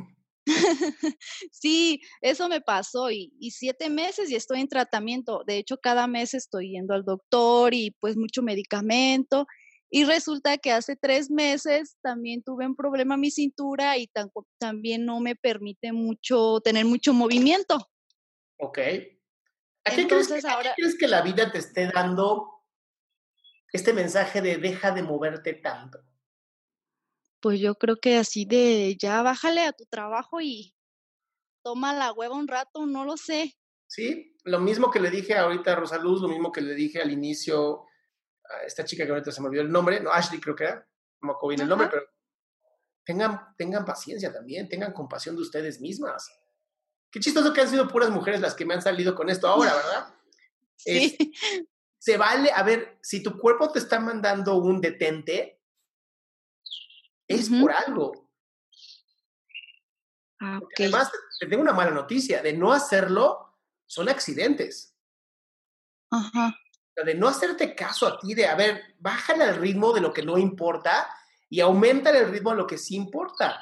Sí, eso me pasó y, y siete meses y estoy en tratamiento. De hecho, cada mes estoy yendo al doctor y pues mucho medicamento. Y resulta que hace tres meses también tuve un problema en mi cintura y tan- también no me permite mucho tener mucho movimiento. Ok. ¿A qué, crees que, Entonces ¿A qué ahora, crees que la vida te esté dando este mensaje de deja de moverte tanto? pues yo creo que así de ya bájale a tu trabajo y toma la hueva un rato, no lo sé. Sí, lo mismo que le dije ahorita a Rosaluz, lo mismo que le dije al inicio a esta chica que ahorita se me olvidó el nombre, no, Ashley creo que era, no me acuerdo bien el nombre, Ajá. pero tengan, tengan paciencia también, tengan compasión de ustedes mismas. Qué chistoso que han sido puras mujeres las que me han salido con esto ahora, ¿verdad? Es, Sí. se vale, a ver, si tu cuerpo te está mandando un detente, es Ujú. por algo. Ah, Porque ok. además, te tengo una mala noticia, de no hacerlo, son accidentes. Ajá. O sea, de no hacerte caso a ti, de, a ver, bájale al ritmo de lo que no importa y aumenta el ritmo a lo que sí importa.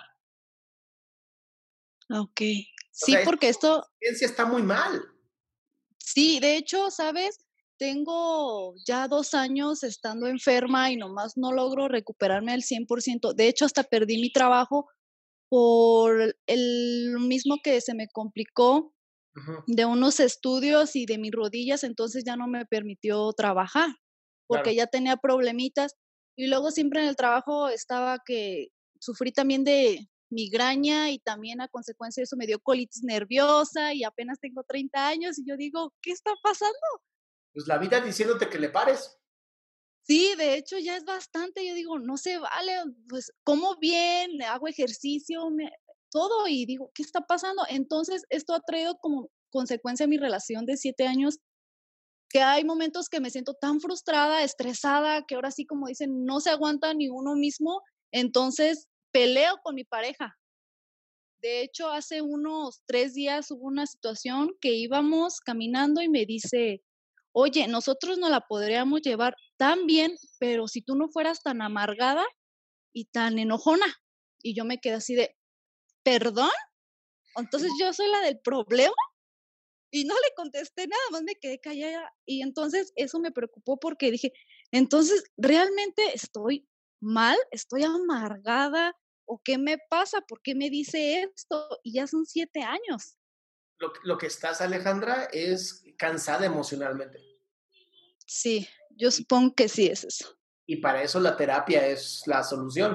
Ok. O Sí, sea, esta porque esto, conciencia está muy mal. sí, de hecho, ¿sabes? Tengo ya dos años estando enferma y nomás no logro recuperarme al cien por ciento. De hecho, hasta perdí mi trabajo por el mismo que se me complicó Ujú, de unos estudios y de mis rodillas, entonces ya no me permitió trabajar claro. porque ya tenía problemitas. Y luego siempre en el trabajo estaba que sufrí también de migraña y también a consecuencia de eso me dio colitis nerviosa y apenas tengo treinta años y yo digo, ¿qué está pasando? Pues la vida diciéndote que le pares. Sí, de hecho ya es bastante, yo digo, no se vale, pues como bien, hago ejercicio, me, todo y digo, ¿qué está pasando? Entonces esto ha traído como consecuencia mi relación de siete años, que hay momentos que me siento tan frustrada, estresada, que ahora sí, como dicen, no se aguanta ni uno mismo, entonces peleo con mi pareja. De hecho, hace unos tres días hubo una situación que íbamos caminando y me dice, oye, nosotros no la podríamos llevar tan bien, pero si tú no fueras tan amargada y tan enojona. Y yo me quedé así de, ¿perdón? Entonces yo soy la del problema. Y no le contesté nada más, me quedé callada. Y entonces eso me preocupó porque dije, entonces, ¿realmente estoy mal? ¿Estoy amargada? ¿O qué me pasa? ¿Por qué me dice esto? Y ya son siete años. Lo, lo que estás, Alejandra, es cansada emocionalmente. Sí, yo supongo que sí es eso. Y para eso la terapia es la solución.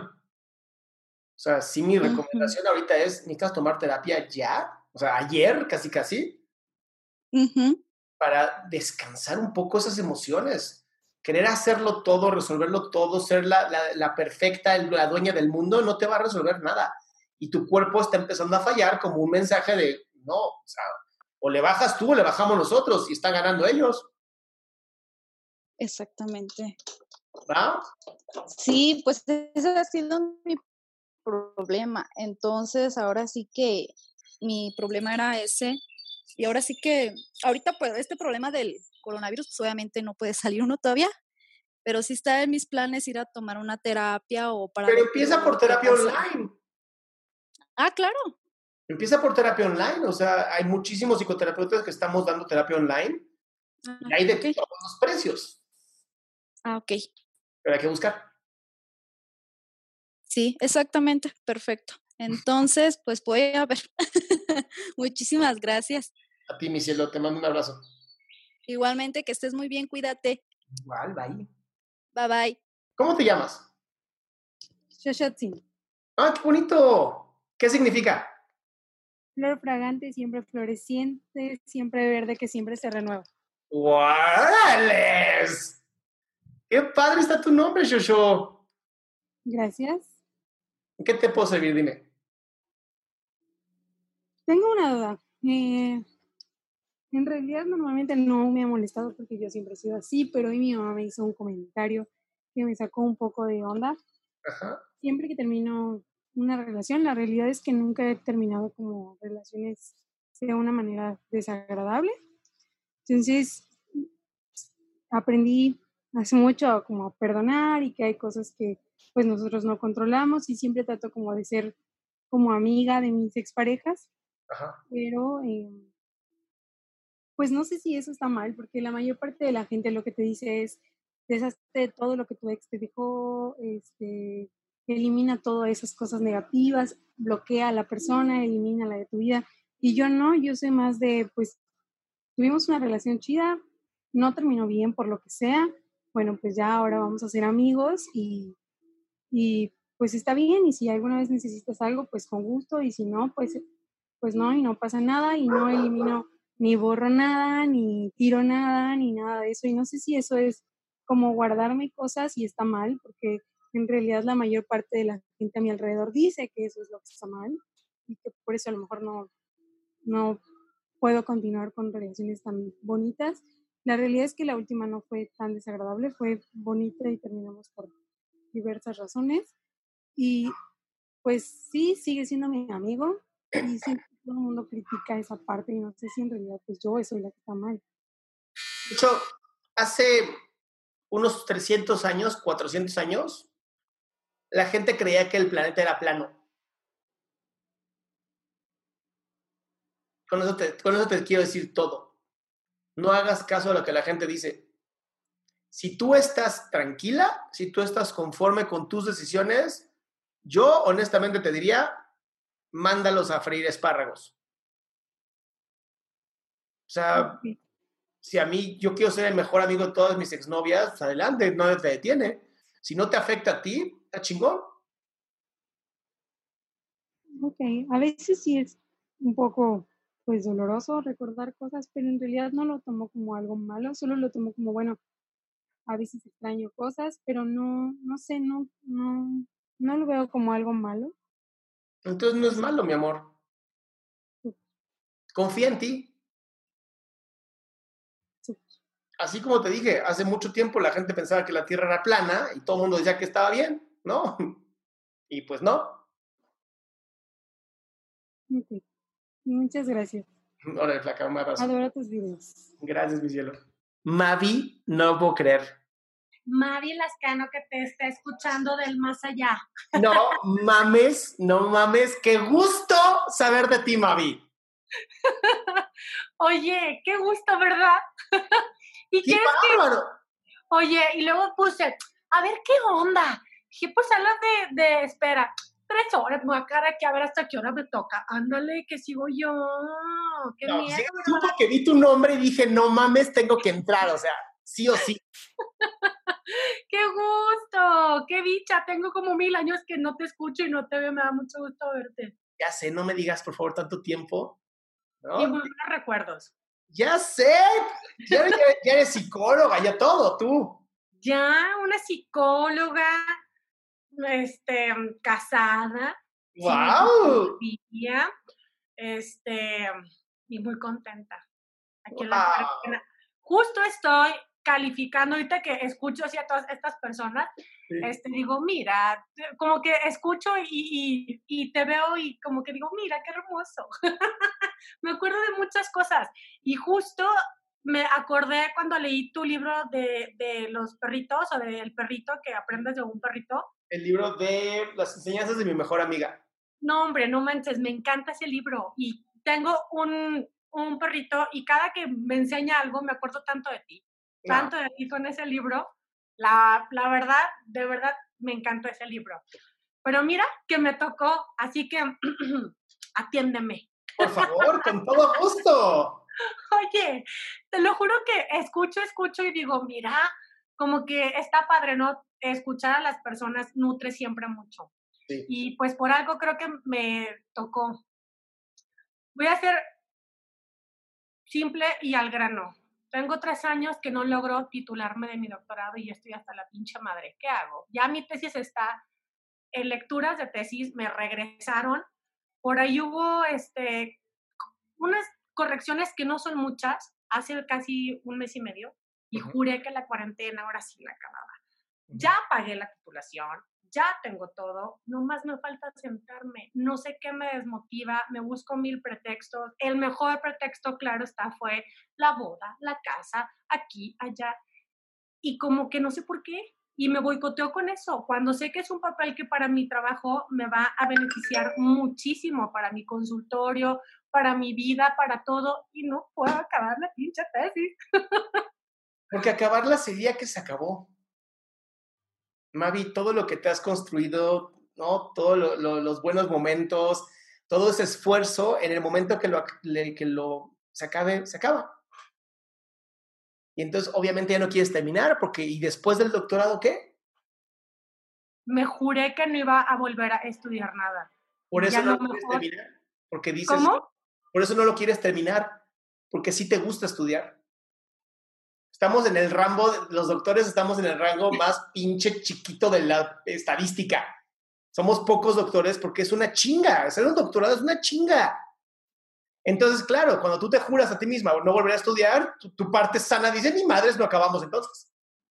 O sea, sí, mi Ujú, recomendación ahorita es, necesitas tomar terapia ya, o sea, ayer, casi casi, ujú. para descansar un poco esas emociones. Querer hacerlo todo, resolverlo todo, ser la, la, la perfecta, la dueña del mundo, no te va a resolver nada. Y tu cuerpo está empezando a fallar como un mensaje de, no, o sea, o le bajas tú o le bajamos nosotros y están ganando ellos, Exactamente. ¿va? Sí, pues ese ha sido mi problema. Entonces, ahora sí que mi problema era ese. Y ahora sí que, ahorita pues este problema del coronavirus, pues obviamente no puede salir uno todavía, pero sí está en mis planes ir a tomar una terapia o para Pero ver qué es empieza por lo que terapia pasa. online. Ah, claro. Empieza por terapia online. O sea, hay muchísimos psicoterapeutas que estamos dando terapia online y Ah, hay de ok. todos los precios. Ah, ok. Pero hay que buscar. Sí, exactamente. Perfecto. Entonces, pues voy a ver. Muchísimas gracias. A ti, mi cielo, te mando un abrazo. Igualmente, que estés muy bien, cuídate. Igual, bye. Bye bye. ¿Cómo te llamas? Xochitl, ¡Ah, qué bonito! ¿Qué significa? flor fragante, siempre floreciente, siempre verde, que siempre se renueva. ¡Guárales! ¡Qué padre está tu nombre, Shosho! Gracias. ¿En qué te puedo servir? Dime. Tengo una duda. Eh, en realidad normalmente no me ha molestado porque yo siempre he sido así, pero hoy mi mamá me hizo un comentario que me sacó un poco de onda. Ajá. Siempre que termino una relación, la realidad es que nunca he terminado como relaciones de una manera desagradable. Entonces, aprendí hace mucho como a perdonar y que hay cosas que pues nosotros no controlamos y siempre trato como de ser como amiga de mis exparejas, Ajá. pero eh, pues no sé si eso está mal, porque la mayor parte de la gente lo que te dice es, deshazte de todo lo que tu ex te dejó, este, elimina todas esas cosas negativas, bloquea a la persona, elimina la de tu vida. Y yo no, yo soy más de, pues, tuvimos una relación chida, no terminó bien por lo que sea, bueno, pues ya ahora vamos a ser amigos y, y pues está bien, y si alguna vez necesitas algo, pues con gusto, y si no, pues, pues no, y no pasa nada, y no elimino, ni borro nada, ni tiro nada, ni nada de eso, y no sé si eso es como guardarme cosas y está mal, porque en realidad la mayor parte de la gente a mi alrededor dice que eso es lo que está mal, y que por eso a lo mejor no, no puedo continuar con relaciones tan bonitas. La realidad es que la última no fue tan desagradable, fue bonita y terminamos por diversas razones. Y pues sí, sigue siendo mi amigo y sí, todo el mundo critica esa parte y no sé si en realidad pues yo soy la que está mal. De hecho, hace unos trescientos años, cuatrocientos años, la gente creía que el planeta era plano. Con eso te, con eso te quiero decir todo. No hagas caso a lo que la gente dice. Si tú estás tranquila, si tú estás conforme con tus decisiones, yo honestamente te diría, mándalos a freír espárragos. O sea, okay. Si a mí, yo quiero ser el mejor amigo de todas mis exnovias, pues adelante, nadie te detiene. Si no te afecta a ti, está chingón. Ok, a veces sí es un poco, pues, doloroso recordar cosas, pero en realidad no lo tomo como algo malo, solo lo tomo como, bueno, a veces extraño cosas, pero no, no sé, no, no, no lo veo como algo malo. Entonces no es malo, mi amor. Confía en ti. Sí. Así como te dije, hace mucho tiempo la gente pensaba que la Tierra era plana y todo el mundo decía que estaba bien, ¿no? Y pues no. Ok. Muchas gracias. Órale, flaca, un abrazo. Adoro tus videos. Gracias, mi cielo. Mavi, no puedo creer. Mavi Lascano que te está escuchando del más allá. No mames, no mames. Qué gusto saber de ti, Mavi. Oye, qué gusto, ¿verdad? ¿Y qué bárbaro? Que... Oye, y luego puse, a ver, ¿qué onda? Dije, pues hablas de, de, espera, tres horas, me voy a quedar aquí a ver hasta qué hora me toca. Ándale, que sigo yo. Qué no, miedo. Sí, supo que vi tu nombre y dije, no mames, tengo que entrar, o sea, sí o sí. ¡Qué gusto! ¡Qué dicha! Tengo como mil años que no te escucho y no te veo, me da mucho gusto verte. Ya sé, no me digas, por favor, tanto tiempo. ¿No? Y muy buenos recuerdos. Ya sé, ya, ya, ya eres psicóloga, ya todo, tú. Ya, una psicóloga, este, casada. ¡Wow! Sí, este, y muy contenta. Aquí en wow. la Justo estoy calificando ahorita que escucho así a todas estas personas, sí. este, digo, mira, como que escucho y, y, y te veo y como que digo, mira, qué hermoso. Me acuerdo de muchas cosas y justo me acordé cuando leí tu libro de, de los perritos o del perrito que aprendes de un perrito. El libro de las enseñanzas de mi mejor amiga. No, hombre, no manches, me encanta ese libro y tengo un, un perrito y cada que me enseña algo me acuerdo tanto de ti. No. Tanto de ti con ese libro, la, la verdad, de verdad, me encantó ese libro. Pero mira que me tocó, así que atiéndeme. Por favor, con todo gusto. Oye, te lo juro que escucho, escucho y digo, mira, como que está padre, ¿no? Escuchar a las personas nutre siempre mucho. Sí. Y pues por algo creo que me tocó. Voy a ser simple y al grano. Tengo tres años que no logro titularme de mi doctorado y estoy hasta la pinche madre. ¿Qué hago? Ya mi tesis está en lecturas de tesis, me regresaron. Por ahí hubo este, unas correcciones que no son muchas, hace casi un mes y medio, y uh-huh. juré que la cuarentena ahora sí la acababa. Uh-huh. Ya pagué la titulación, ya tengo todo, nomás me falta sentarme, no sé qué me desmotiva, me busco mil pretextos, el mejor pretexto, claro está, fue la boda, la casa, aquí, allá, y como que no sé por qué, y me boicoteo con eso, cuando sé que es un papel que para mi trabajo me va a beneficiar muchísimo, para mi consultorio, para mi vida, para todo, y no puedo acabar la pinche tesis. Porque acabarla sería que se acabó. Mavi, todo lo que te has construido, ¿no? Todos lo, lo, los buenos momentos, todo ese esfuerzo, en el momento que lo, que lo se acabe, se acaba. Y entonces, obviamente, ya no quieres terminar, porque ¿y después del doctorado qué? Me juré que no iba a volver a estudiar nada. Por eso no lo mejor... quieres terminar. Porque dices, ¿Cómo? Por eso no lo quieres terminar, porque sí te gusta estudiar. Estamos en el rango, los doctores estamos en el rango más pinche chiquito de la estadística. Somos pocos doctores porque es una chinga. Hacer un doctorado es una chinga. Entonces, claro, cuando tú te juras a ti misma no volver a estudiar, tu, tu parte sana dice, ni madres, no acabamos entonces.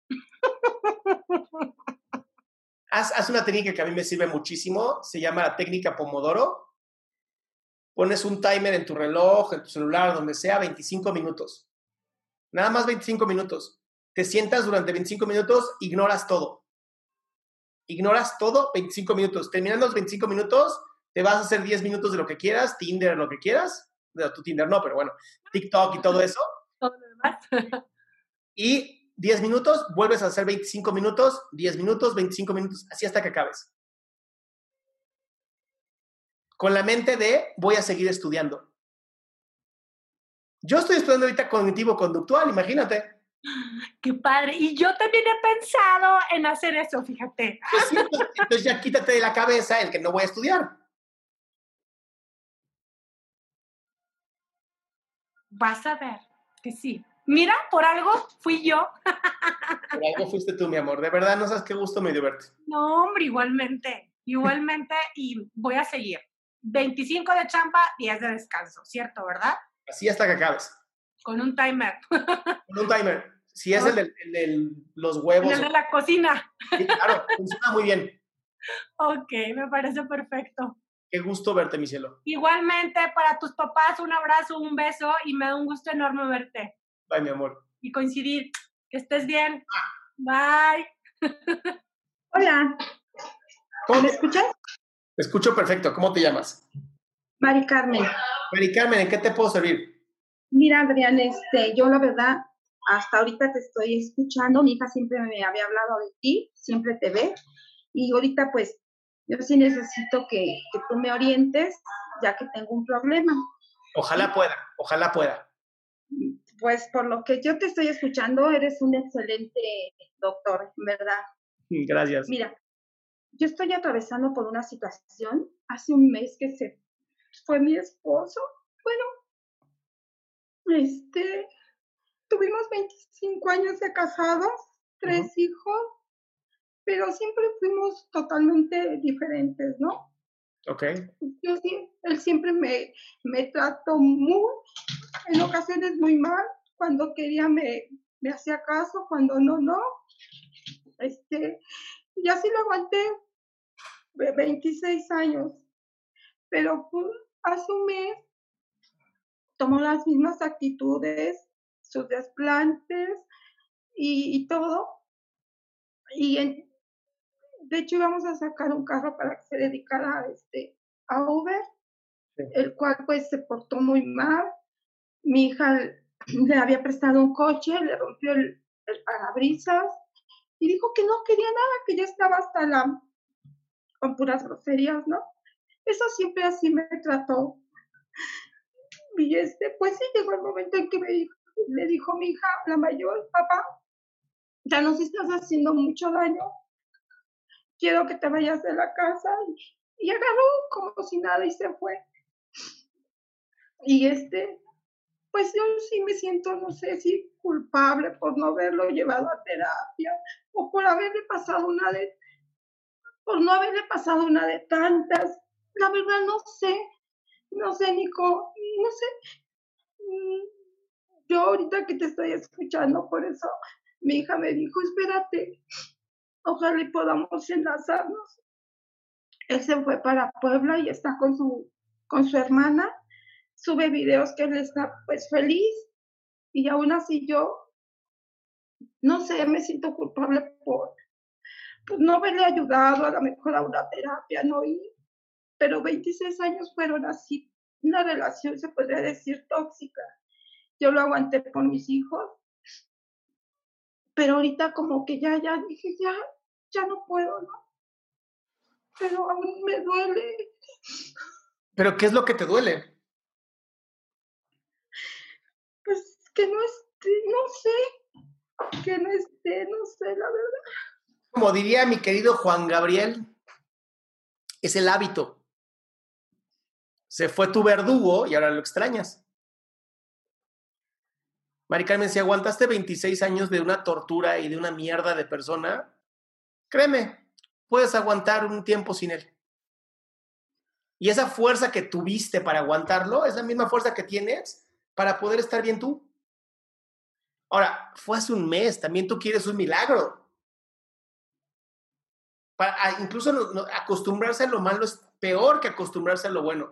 haz, haz una técnica que a mí me sirve muchísimo, se llama la técnica Pomodoro. Pones un timer en tu reloj, en tu celular, donde sea, veinticinco minutos. Nada más veinticinco minutos. Te sientas durante veinticinco minutos, ignoras todo. Ignoras todo, veinticinco minutos. Terminando los veinticinco minutos, te vas a hacer diez minutos de lo que quieras, Tinder, lo que quieras. No, tu Tinder no, pero bueno, TikTok y todo eso. Todo lo demás. Y diez minutos, vuelves a hacer veinticinco minutos, diez minutos, veinticinco minutos, así hasta que acabes. Con la mente de, voy a seguir estudiando. Yo estoy estudiando ahorita cognitivo-conductual, imagínate. ¡Qué padre! Y yo también he pensado en hacer eso, fíjate. Pues sí, entonces ya quítate de la cabeza el que no voy a estudiar. Vas a ver que sí. Mira, por algo fui yo. Por algo fuiste tú, mi amor. De verdad, no sabes qué gusto me dio verte. No, hombre, igualmente. Igualmente, y voy a seguir. veinticinco de chamba, diez de descanso, ¿cierto, verdad? Así hasta que acabes. Con un timer. Con un timer. Si es el de, el de los huevos. El de la cocina. Sí, claro, funciona muy bien. Ok, me parece perfecto. Qué gusto verte, mi cielo. Igualmente, para tus papás, un abrazo, un beso, y me da un gusto enorme verte. Bye, mi amor. Y coincidir. Que estés bien. Bye. Hola. ¿Cómo ¿Me escuchas? Te escucho perfecto. ¿Cómo te llamas? Mari Carmen. Mari Carmen, ¿en qué te puedo servir? Mira, Adrián, este, yo la verdad, hasta ahorita te estoy escuchando. Mi hija siempre me había hablado de ti, siempre te ve. Y ahorita, pues, yo sí necesito que, que tú me orientes, ya que tengo un problema. Ojalá pueda, ojalá pueda. Pues, por lo que yo te estoy escuchando, eres un excelente doctor, ¿verdad? Gracias. Mira, yo estoy atravesando por una situación. Hace un mes que se fue mi esposo. Bueno, este, tuvimos veinticinco años de casados, tres uh-huh. hijos, pero siempre fuimos totalmente diferentes, ¿no? Ok. Yo sí, él siempre me, me trató muy, en ocasiones muy mal. Cuando quería me, me hacía caso, cuando no, no. Este, y así lo aguanté veintiséis años. Pero pues, hace un mes tomó las mismas actitudes, sus desplantes y, y todo. Y en, de hecho íbamos a sacar un carro para que se dedicara este, a Uber, sí. El cual pues se portó muy mal. Mi hija le había prestado un coche, le rompió el, el parabrisas y dijo que no quería nada, que ya estaba hasta la, con puras groserías, ¿no? Eso siempre así me trató. Y este, pues sí, llegó el momento en que me dijo, le dijo mi hija, la mayor, papá, ya nos estás haciendo mucho daño, quiero que te vayas de la casa. Y, y agarró como si nada y se fue. Y este, pues yo sí me siento, no sé si culpable por no haberlo llevado a terapia o por haberle pasado una de, por no haberle pasado una de tantas. La verdad no sé, no sé, Nico, no sé. Yo ahorita que te estoy escuchando, por eso mi hija me dijo, espérate, ojalá y podamos enlazarnos. Él se fue para Puebla y está con su, con su hermana, sube videos que él está pues feliz y aún así yo, no sé, me siento culpable por, pues no haberle ayudado a lo mejor a una terapia, no ir, pero veintiséis años fueron así, una relación se podría decir tóxica. Yo lo aguanté por mis hijos, pero ahorita como que ya, ya dije, ya, ya no puedo, ¿no? Pero aún me duele. ¿Pero qué es lo que te duele? Pues que no esté, no sé, que no esté, no sé, la verdad. Como diría mi querido Juan Gabriel, es el hábito. Se fue tu verdugo y ahora lo extrañas. Mari Carmen, si aguantaste veintiséis años de una tortura y de una mierda de persona, créeme, puedes aguantar un tiempo sin él. Y esa fuerza que tuviste para aguantarlo es la misma fuerza que tienes para poder estar bien tú. Ahora, fue hace un mes, también tú quieres un milagro. Para, incluso no, no, acostumbrarse a lo malo es peor que acostumbrarse a lo bueno.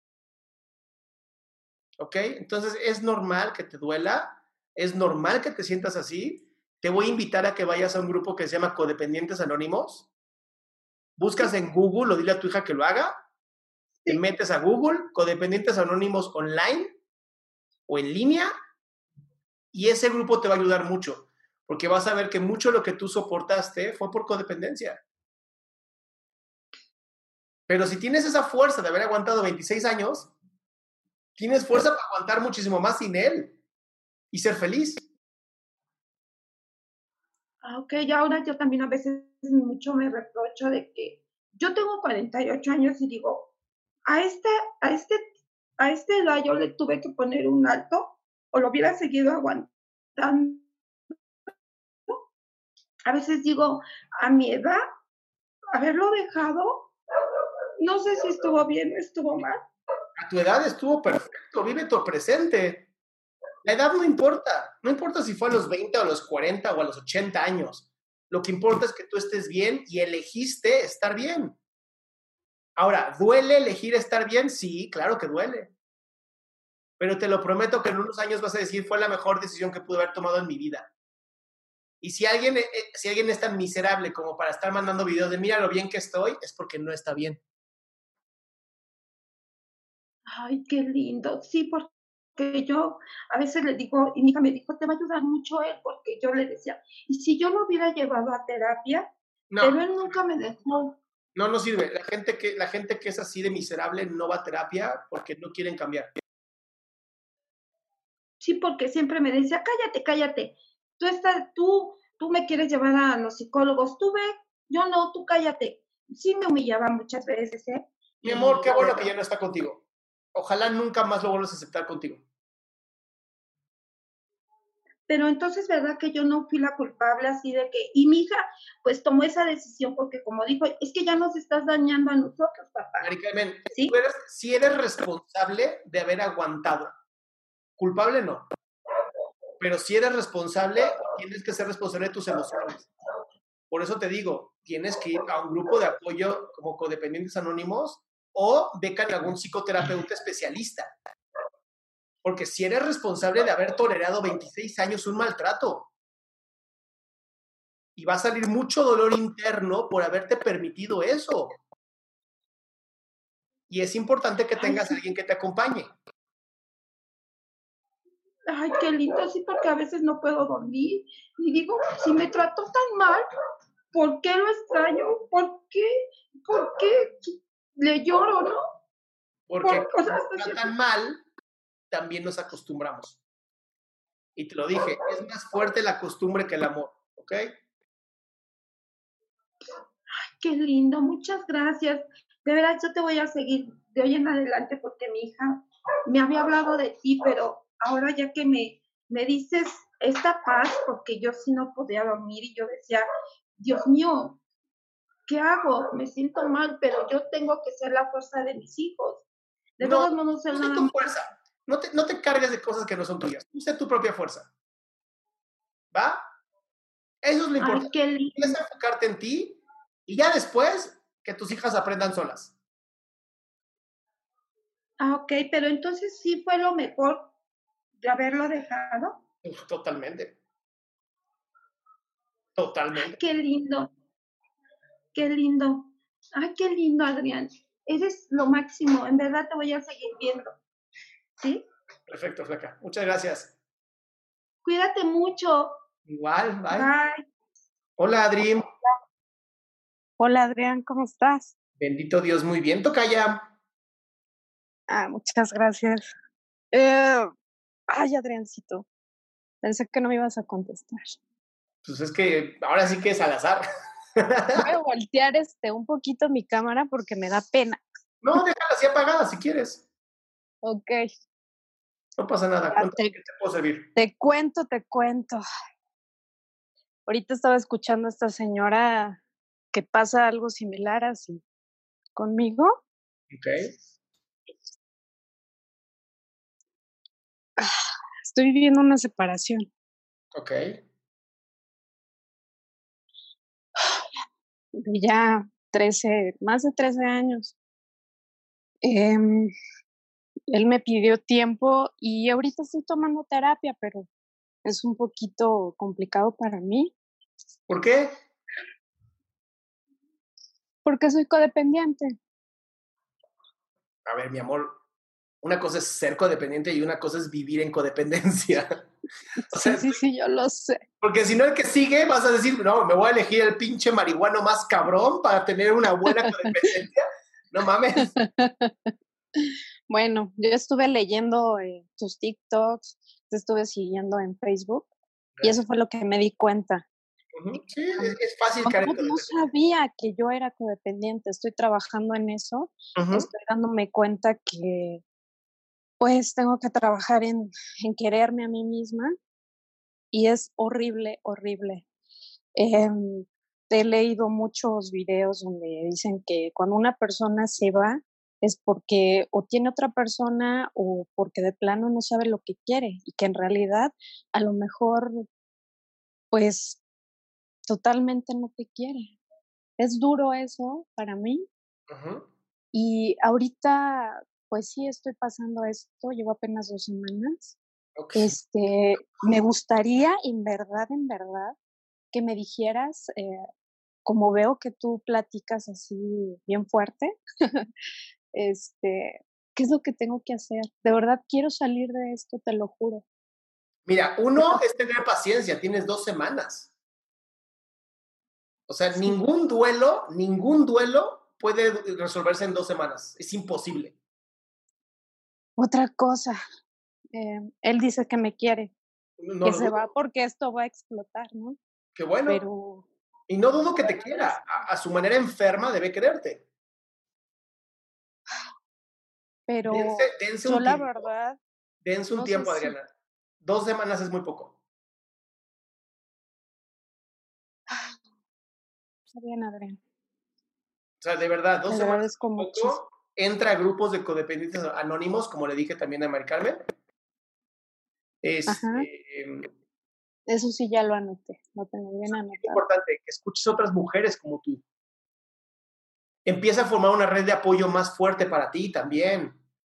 ¿Ok? Entonces es normal que te duela, es normal que te sientas así. Te voy a invitar a que vayas a un grupo que se llama Codependientes Anónimos. Buscas en Google o dile a tu hija que lo haga. Te metes a Google, Codependientes Anónimos online o en línea, y ese grupo te va a ayudar mucho, porque vas a ver que mucho de lo que tú soportaste fue por codependencia. Pero si tienes esa fuerza de haber aguantado veintiséis años, tienes fuerza para aguantar muchísimo más sin él y ser feliz. Ah, ok, y ahora yo también a veces mucho me reprocho de que yo tengo cuarenta y ocho años y digo, a este, a este, a este edad yo le tuve que poner un alto o lo hubiera seguido aguantando. A veces digo, a mi edad, haberlo dejado, no sé si estuvo bien o estuvo mal. A tu edad estuvo perfecto, vive tu presente. La edad no importa, no importa si fue a los veinte o a los cuarenta o a los ochenta años. Lo que importa es que tú estés bien y elegiste estar bien. Ahora, ¿duele elegir estar bien? Sí, claro que duele. Pero te lo prometo que en unos años vas a decir, fue la mejor decisión que pude haber tomado en mi vida. Y si alguien, eh, si alguien es tan miserable como para estar mandando videos de mira lo bien que estoy, es porque no está bien. Ay, qué lindo. Sí, porque yo a veces le digo, y mi hija me dijo, te va a ayudar mucho él, porque yo le decía, y si yo lo hubiera llevado a terapia, no. Pero él nunca me dejó. No, no sirve. La gente, que, la gente que es así de miserable no va a terapia porque no quieren cambiar. Sí, porque siempre me decía, cállate, cállate. Tú, estás, tú, tú me quieres llevar a los psicólogos, tú ve, yo no, tú cállate. Sí me humillaba muchas veces, ¿eh? Mi amor, qué bueno que ya no está contigo. Ojalá nunca más lo vuelvas a aceptar contigo. Pero entonces, ¿verdad que yo no fui la culpable así de que, y mi hija, pues tomó esa decisión porque como dijo, es que ya nos estás dañando a nosotros, papá? Mari Carmen, ¿sí? Tú eres, si eres responsable de haber aguantado, culpable no, pero si eres responsable, tienes que ser responsable de tus emociones. Por eso te digo, tienes que ir a un grupo de apoyo como Codependientes Anónimos o beca en algún psicoterapeuta especialista. Porque si eres responsable de haber tolerado veintiséis años un maltrato y va a salir mucho dolor interno por haberte permitido eso. Y es importante que tengas a alguien que te acompañe. Ay, qué lindo, sí, porque a veces no puedo dormir. Y digo, si me trató tan mal, ¿por qué lo extraño? ¿Por qué? ¿Por qué le lloro, no? Porque Por cuando nos tratan mal, también nos acostumbramos. Y te lo dije, es más fuerte la costumbre que el amor, ¿ok? Ay, qué lindo, muchas gracias. De verdad, yo te voy a seguir de hoy en adelante porque mi hija me había hablado de ti, pero ahora ya que me, me dices esta paz, porque yo sí no podía dormir y yo decía, Dios mío, ¿qué hago? Me siento mal, pero yo tengo que ser la fuerza de mis hijos. De no, todos modos, no sé tu fuerza. No te, no te cargues de cosas que no son tuyas. Tú sé tu propia fuerza. ¿Va? Eso es lo importante. Ay, qué lindo. Tienes que enfocarte en ti y ya después que tus hijas aprendan solas. Ah, ok, pero entonces sí fue lo mejor de haberlo dejado. Uf, totalmente. Totalmente. Ay, qué lindo. qué lindo. Ay, qué lindo, Adrián. Eres lo máximo. En verdad te voy a seguir viendo. ¿Sí? Perfecto, Flaca. Muchas gracias. Cuídate mucho. Igual, bye. Bye. Hola, Adri. Hola, Adrián, ¿cómo estás? Bendito Dios, muy bien. Tocaya. Ah, muchas gracias. Eh, ay, Adriancito, pensé que no me ibas a contestar. Pues es que ahora sí que es al azar. Voy a voltear este un poquito mi cámara porque me da pena. No, déjala así apagada si quieres. Ok. No pasa nada. Ya Cuéntame, te, ¿qué te puedo servir? te cuento, te cuento. Ahorita estaba escuchando a esta señora que pasa algo similar así conmigo. Ok. Estoy viviendo una separación. Ok. De ya trece, más de trece años. Em, él me pidió tiempo y ahorita estoy tomando terapia, pero es un poquito complicado para mí. ¿Por qué? Porque soy codependiente. A ver, mi amor, una cosa es ser codependiente y una cosa es vivir en codependencia. O sea, sí, sí, sí, yo lo sé. Porque si no, el que sigue vas a decir, no, me voy a elegir el pinche marihuano más cabrón para tener una buena codependencia. No mames. Bueno, yo estuve leyendo eh, tus TikToks, te estuve siguiendo en Facebook. Gracias. Y eso fue lo que me di cuenta. Uh-huh. Sí, es, es fácil no, caer en no sabía que yo era codependiente, estoy trabajando en eso, uh-huh. Estoy dándome cuenta que pues tengo que trabajar en, en quererme a mí misma y es horrible, horrible. Eh, he leído muchos videos donde dicen que cuando una persona se va es porque o tiene otra persona o porque de plano no sabe lo que quiere y que en realidad a lo mejor pues totalmente no te quiere. Es duro eso para mí. Uh-huh. Y ahorita pues sí estoy pasando esto, llevo apenas dos semanas. Okay. Este, me gustaría en verdad, en verdad, que me dijeras, eh, como veo que tú platicas así bien fuerte, este, ¿qué es lo que tengo que hacer? De verdad quiero salir de esto, te lo juro. Mira, uno es tener paciencia, tienes dos semanas. O sea, sí. ningún duelo, ningún duelo puede resolverse en dos semanas. Es imposible. Otra cosa, eh, él dice que me quiere, no, que no se dudo. va porque esto va a explotar, ¿no? Qué bueno. Pero, y no dudo que te quiera. A, a su manera enferma debe quererte. Pero dense, dense yo un la tiempo, verdad. Dense un no tiempo, sé Adriana. Si... Dos semanas es muy poco. Está bien, Adrián. O sea, de verdad, dos Te semanas agradezco es muy muchísimo. poco. Entra a grupos de codependientes anónimos, como le dije también a Mari Carmen. Este, Eso sí ya lo anoté, lo tengo bien anotado. Es importante que escuches otras mujeres como tú. Empieza a formar una red de apoyo más fuerte para ti también.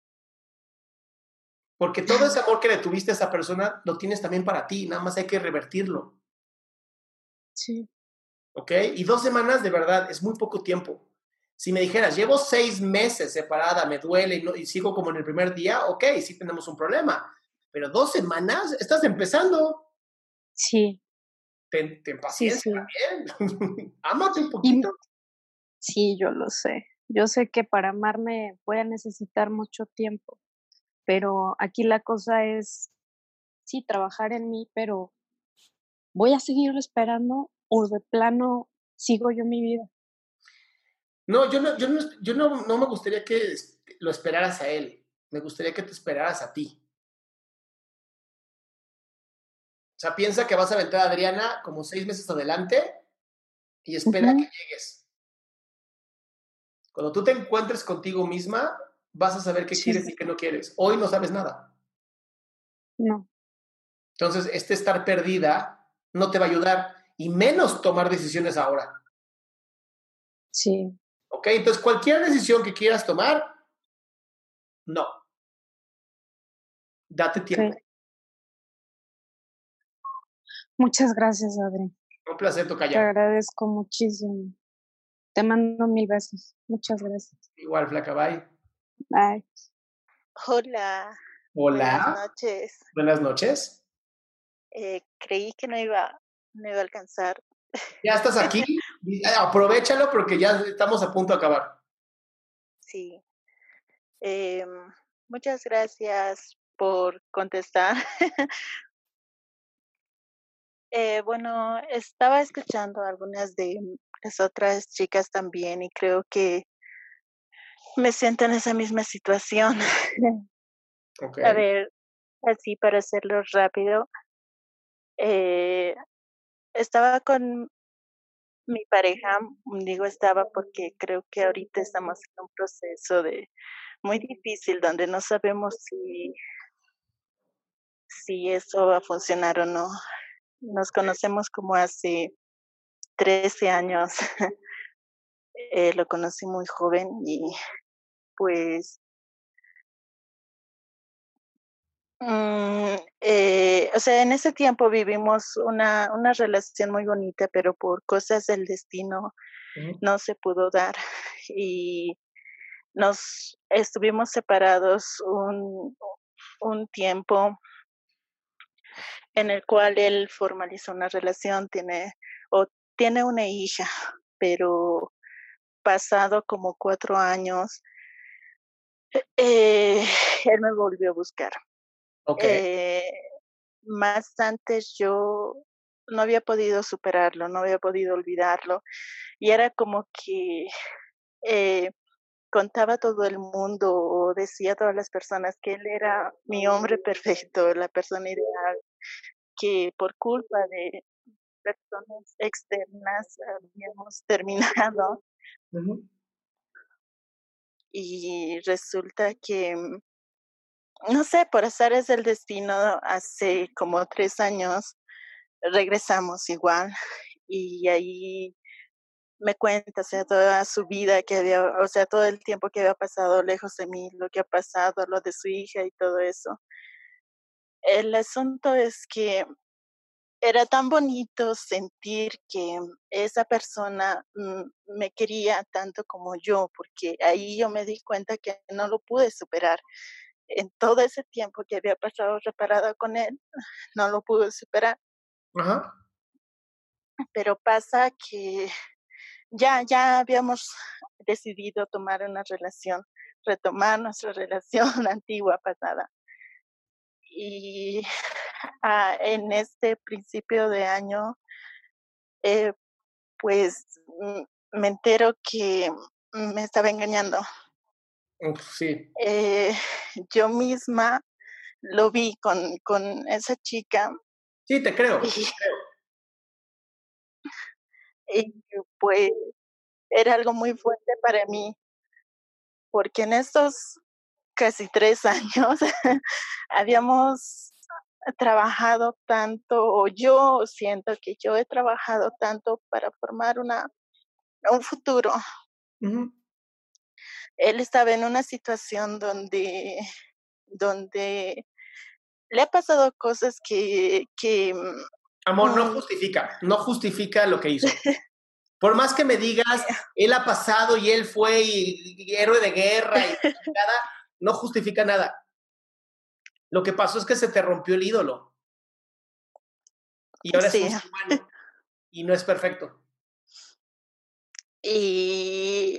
Porque todo ese amor que le tuviste a esa persona lo tienes también para ti, nada más hay que revertirlo. Sí. ¿Ok? Y dos semanas de verdad es muy poco tiempo. Si me dijeras, llevo seis meses separada, me duele y, no, y sigo como en el primer día, ok, sí tenemos un problema. Pero dos semanas, estás empezando. Sí. Ten, ten paciencia sí, sí. también. Ámate un poquito. Y, sí, yo lo sé. Yo sé que para amarme voy a necesitar mucho tiempo. Pero aquí la cosa es, sí, trabajar en mí, pero voy a seguir esperando o de plano sigo yo mi vida. No, yo no, yo no, yo no, no me gustaría que lo esperaras a él. Me gustaría que te esperaras a ti. O sea, piensa que vas a aventar a Adriana como seis meses adelante y espera uh-huh. que llegues. Cuando tú te encuentres contigo misma, vas a saber qué sí. quieres y qué no quieres. Hoy no sabes nada. No. Entonces, este estar perdida no te va a ayudar y menos tomar decisiones ahora. Sí. ¿Ok? Entonces, cualquier decisión que quieras tomar, no. Date tiempo. Okay. Muchas gracias, Adri. Un placer, Tocaya. Te agradezco muchísimo. Te mando mil besos. Muchas gracias. Igual, flaca, bye. Bye. Hola. Hola. Buenas noches. Buenas noches. Eh, creí que no iba, no iba a alcanzar. ¿Ya estás aquí? Aprovéchalo porque ya estamos a punto de acabar. Sí. Eh, muchas gracias por contestar. eh, bueno, estaba escuchando algunas de las otras chicas también y creo que me siento en esa misma situación. Okay. A ver, así para hacerlo rápido. Eh, estaba con mi pareja, digo estaba porque creo que ahorita estamos en un proceso de muy difícil donde no sabemos si, si eso va a funcionar o no. Nos conocemos como hace trece años. eh, lo conocí muy joven y pues Mm, eh, o sea, en ese tiempo vivimos una, una relación muy bonita, pero por cosas del destino Ujú. no se pudo dar y nos estuvimos separados un, un tiempo en el cual él formalizó una relación, tiene o tiene una hija, pero pasado como cuatro años, eh, él me volvió a buscar. Okay. Eh, más antes yo no había podido superarlo, no había podido olvidarlo y era como que eh, contaba a todo el mundo o decía a todas las personas que él era mi hombre perfecto, la persona ideal, que por culpa de personas externas habíamos terminado. Ujú. Y resulta que, no sé, por azares del destino, hace como tres años regresamos igual y ahí me cuenta, o sea, toda su vida que había, o sea, todo el tiempo que había pasado lejos de mí, lo que ha pasado, lo de su hija y todo eso. El asunto es que era tan bonito sentir que esa persona mm, me quería tanto como yo, porque ahí yo me di cuenta que no lo pude superar. En todo ese tiempo que había pasado reparada con él, no lo pude superar. Ajá. Pero pasa que ya, ya habíamos decidido tomar una relación, retomar nuestra relación antigua, pasada. Y ah, en este principio de año, eh, pues mm, me entero que me estaba engañando. Uf, sí. Eh, yo misma lo vi con, con esa chica. Sí, te creo. Y, te creo. y pues era algo muy fuerte para mí, porque en estos casi tres años habíamos trabajado tanto, o yo siento que yo he trabajado tanto para formar una, un futuro. Ujú. Él estaba en una situación donde, donde le ha pasado cosas que, que Amor, no mm, justifica, no justifica lo que hizo. Por más que me digas, él ha pasado y él fue y, y héroe de guerra y chingada, no justifica nada. Lo que pasó es que se te rompió el ídolo. Y ahora sí. es un ser humano y no es perfecto. Y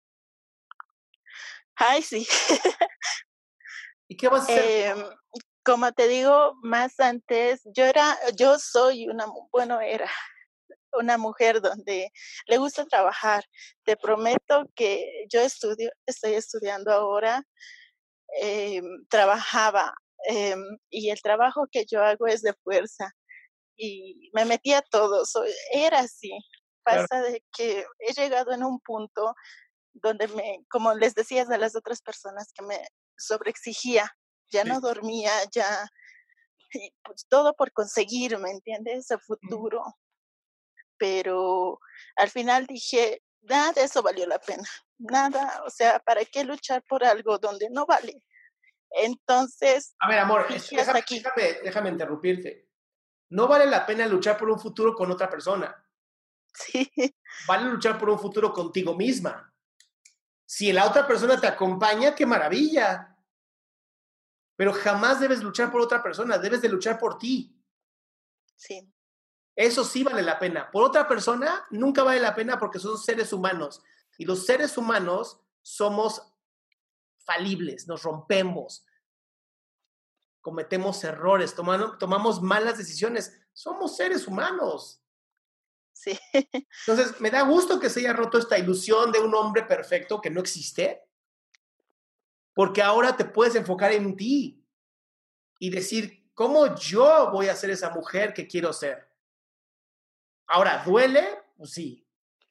ay, sí. ¿Y qué vas a hacer? Eh, como te digo, más antes, yo era, yo soy una, bueno, era una mujer donde le gusta trabajar. Te prometo que yo estudio, estoy estudiando ahora, eh, trabajaba eh, y el trabajo que yo hago es de fuerza y me metí a todo, soy, era así. Claro. Pasa de que he llegado en un punto donde me, como les decías a las otras personas, que me sobreexigía, ya no dormía, ya, y pues todo por conseguir, ¿me entiendes? Ese futuro. Pero al final dije, nada de eso valió la pena, nada, o sea, ¿para qué luchar por algo donde no vale? Entonces, A ver, amor, dije déjame, hasta aquí. déjame, déjame interrumpirte. No vale la pena luchar por un futuro con otra persona. Sí. Vale luchar por un futuro contigo misma. Si la otra persona te acompaña, qué maravilla. Pero jamás debes luchar por otra persona, debes de luchar por ti. Sí. Eso sí vale la pena. Por otra persona nunca vale la pena porque son seres humanos. Y los seres humanos somos falibles, nos rompemos, cometemos errores, tomamos, tomamos malas decisiones. Somos seres humanos. Sí. Entonces, me da gusto que se haya roto esta ilusión de un hombre perfecto que no existe, porque ahora te puedes enfocar en ti y decir, ¿cómo yo voy a ser esa mujer que quiero ser? Ahora, ¿duele? Pues sí.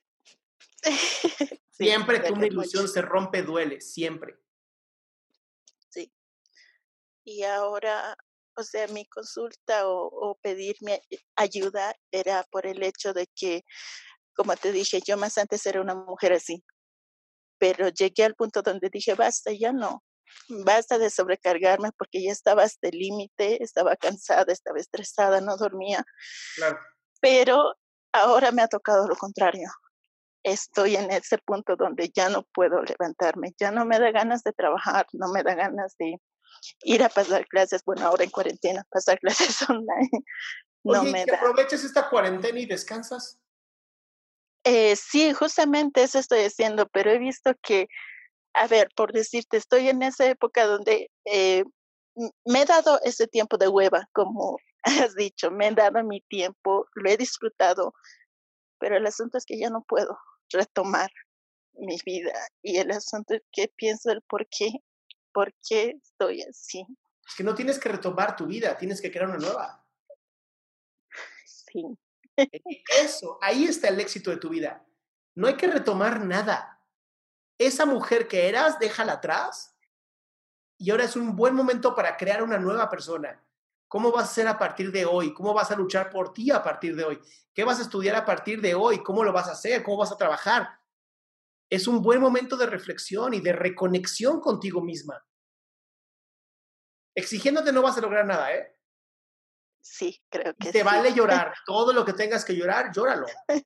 Sí, Siempre que una duele ilusión mucho. se rompe, duele, siempre. Sí. Y ahora, o sea, mi consulta o, o pedirme ayuda era por el hecho de que, como te dije, yo más antes era una mujer así, pero llegué al punto donde dije, basta, ya no, basta de sobrecargarme porque ya estaba hasta el límite, estaba cansada, estaba estresada, no dormía. Claro. Pero ahora me ha tocado lo contrario. Estoy en ese punto donde ya no puedo levantarme, ya no me da ganas de trabajar, no me da ganas de ir a pasar clases, bueno, ahora en cuarentena, pasar clases online, no Oye, me que da. aproveches esta cuarentena y descansas. Eh, sí, justamente eso estoy haciendo, pero he visto que, a ver, por decirte, estoy en esa época donde eh, m- me he dado ese tiempo de hueva, como has dicho, me he dado mi tiempo, lo he disfrutado, pero el asunto es que ya no puedo retomar mi vida y el asunto es que pienso el por qué, por qué estoy así. Es que no tienes que retomar tu vida, tienes que crear una nueva. Sí. Eso, ahí está el éxito de tu vida. No hay que retomar nada. Esa mujer que eras, déjala atrás y ahora es un buen momento para crear una nueva persona. ¿Cómo vas a ser a partir de hoy? ¿Cómo vas a luchar por ti a partir de hoy? ¿Qué vas a estudiar a partir de hoy? ¿Cómo lo vas a hacer? ¿Cómo vas a trabajar? Es un buen momento de reflexión y de reconexión contigo misma. Exigiéndote no vas a lograr nada, ¿eh? Sí, creo Y que te sí. vale llorar. Todo lo que tengas que llorar, llóralo.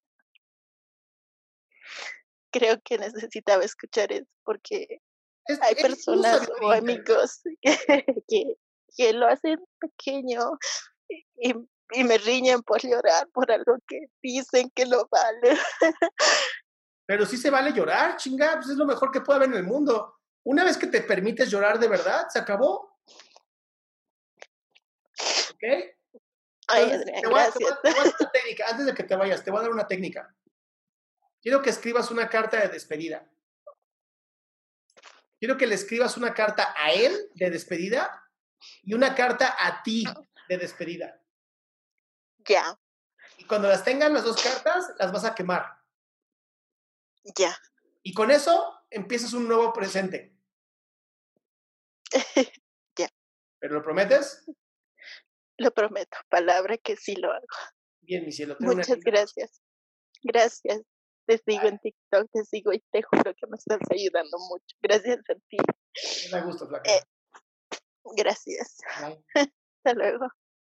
Creo que necesitaba escuchar eso porque Es, hay es tu personas o sabiduría interna. amigos que, que, que lo hacen pequeño y, y me riñen por llorar por algo que dicen que no vale. Pero sí se vale llorar, chinga, pues es lo mejor que puede haber en el mundo. Una vez que te permites llorar de verdad, se acabó. ¿Ok? Ay, Entonces, Adrián, te voy, a, te, voy gracias. a, te voy a dar una técnica. Antes de que te vayas, te voy a dar una técnica. Quiero que escribas una carta de despedida. Quiero que le escribas una carta a él de despedida y una carta a ti de despedida. Ya. Y cuando las tengan las dos cartas, las vas a quemar. Ya. Y con eso empiezas un nuevo presente. Ya. ¿Pero lo prometes? Lo prometo, palabra que sí lo hago. Bien, mi cielo. Ten una Muchas linda gracias. Gracias. Te sigo en TikTok, te sigo y te juro que me estás ayudando mucho. Gracias a ti. Me da gusto, flaca. Eh, gracias. Bye. Hasta luego.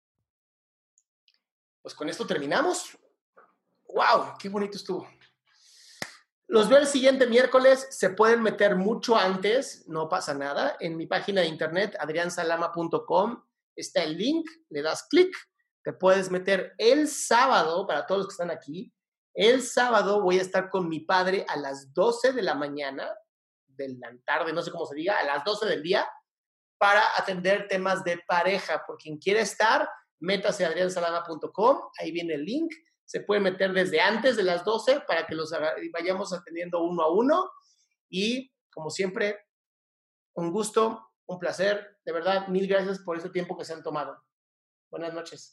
Pues con esto terminamos. ¡Wow! ¡Qué bonito estuvo! Los veo el siguiente miércoles. Se pueden meter mucho antes, no pasa nada. En mi página de internet, adrian salama punto com, está el link, le das clic, te puedes meter el sábado, para todos los que están aquí. El sábado voy a estar con mi padre a las doce de la mañana, de la tarde, no sé cómo se diga, a las doce del día, para atender temas de pareja. Por quien quiera estar, métase a adrian salama punto com, ahí viene el link. Se puede meter desde antes de las doce para que los vayamos atendiendo uno a uno. Y, como siempre, un gusto, un placer. De verdad, mil gracias por este tiempo que se han tomado. Buenas noches.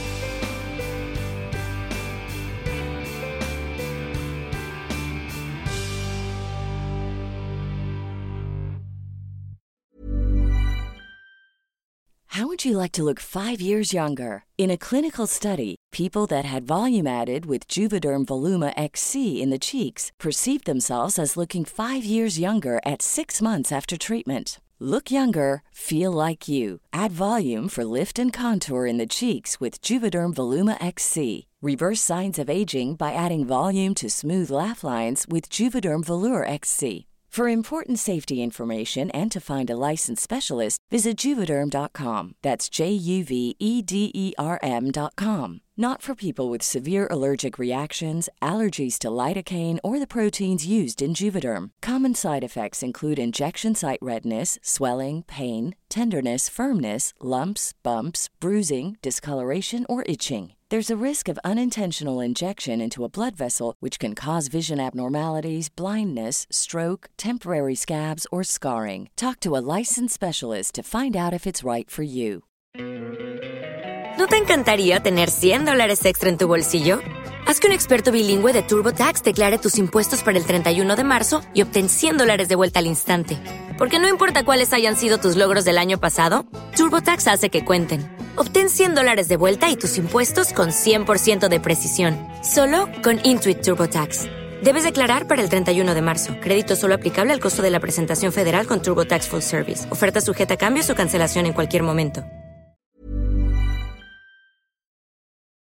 How would you like to look five years younger? In a clinical study, people that had volume added with Juvederm Voluma X C in the cheeks perceived themselves as looking five years younger at six months after treatment. Look younger, feel like you. Add volume for lift and contour in the cheeks with Juvederm Voluma X C. Reverse signs of aging by adding volume to smooth laugh lines with Juvederm Volure X C. For important safety information and to find a licensed specialist, visit Juvederm dot com. That's J U V E D E R M dot com. Not for people with severe allergic reactions, allergies to lidocaine, or the proteins used in Juvederm. Common side effects include injection site redness, swelling, pain, tenderness, firmness, lumps, bumps, bruising, discoloration, or itching. There's a risk of unintentional injection into a blood vessel, which can cause vision abnormalities, blindness, stroke, temporary scabs, or scarring. Talk to a licensed specialist to find out if it's right for you. ¿No te encantaría tener cien dólares extra en tu bolsillo? Haz que un experto bilingüe de TurboTax declare tus impuestos para el treinta y uno de marzo y obtén cien dólares de vuelta al instante. Porque no importa cuáles hayan sido tus logros del año pasado, TurboTax hace que cuenten. Obtén cien dólares de vuelta y tus impuestos con cien por ciento de precisión. Solo con Intuit TurboTax. Debes declarar para el treinta y uno de marzo. Crédito solo aplicable al costo de la presentación federal con TurboTax Full Service. Oferta sujeta a cambios o cancelación en cualquier momento.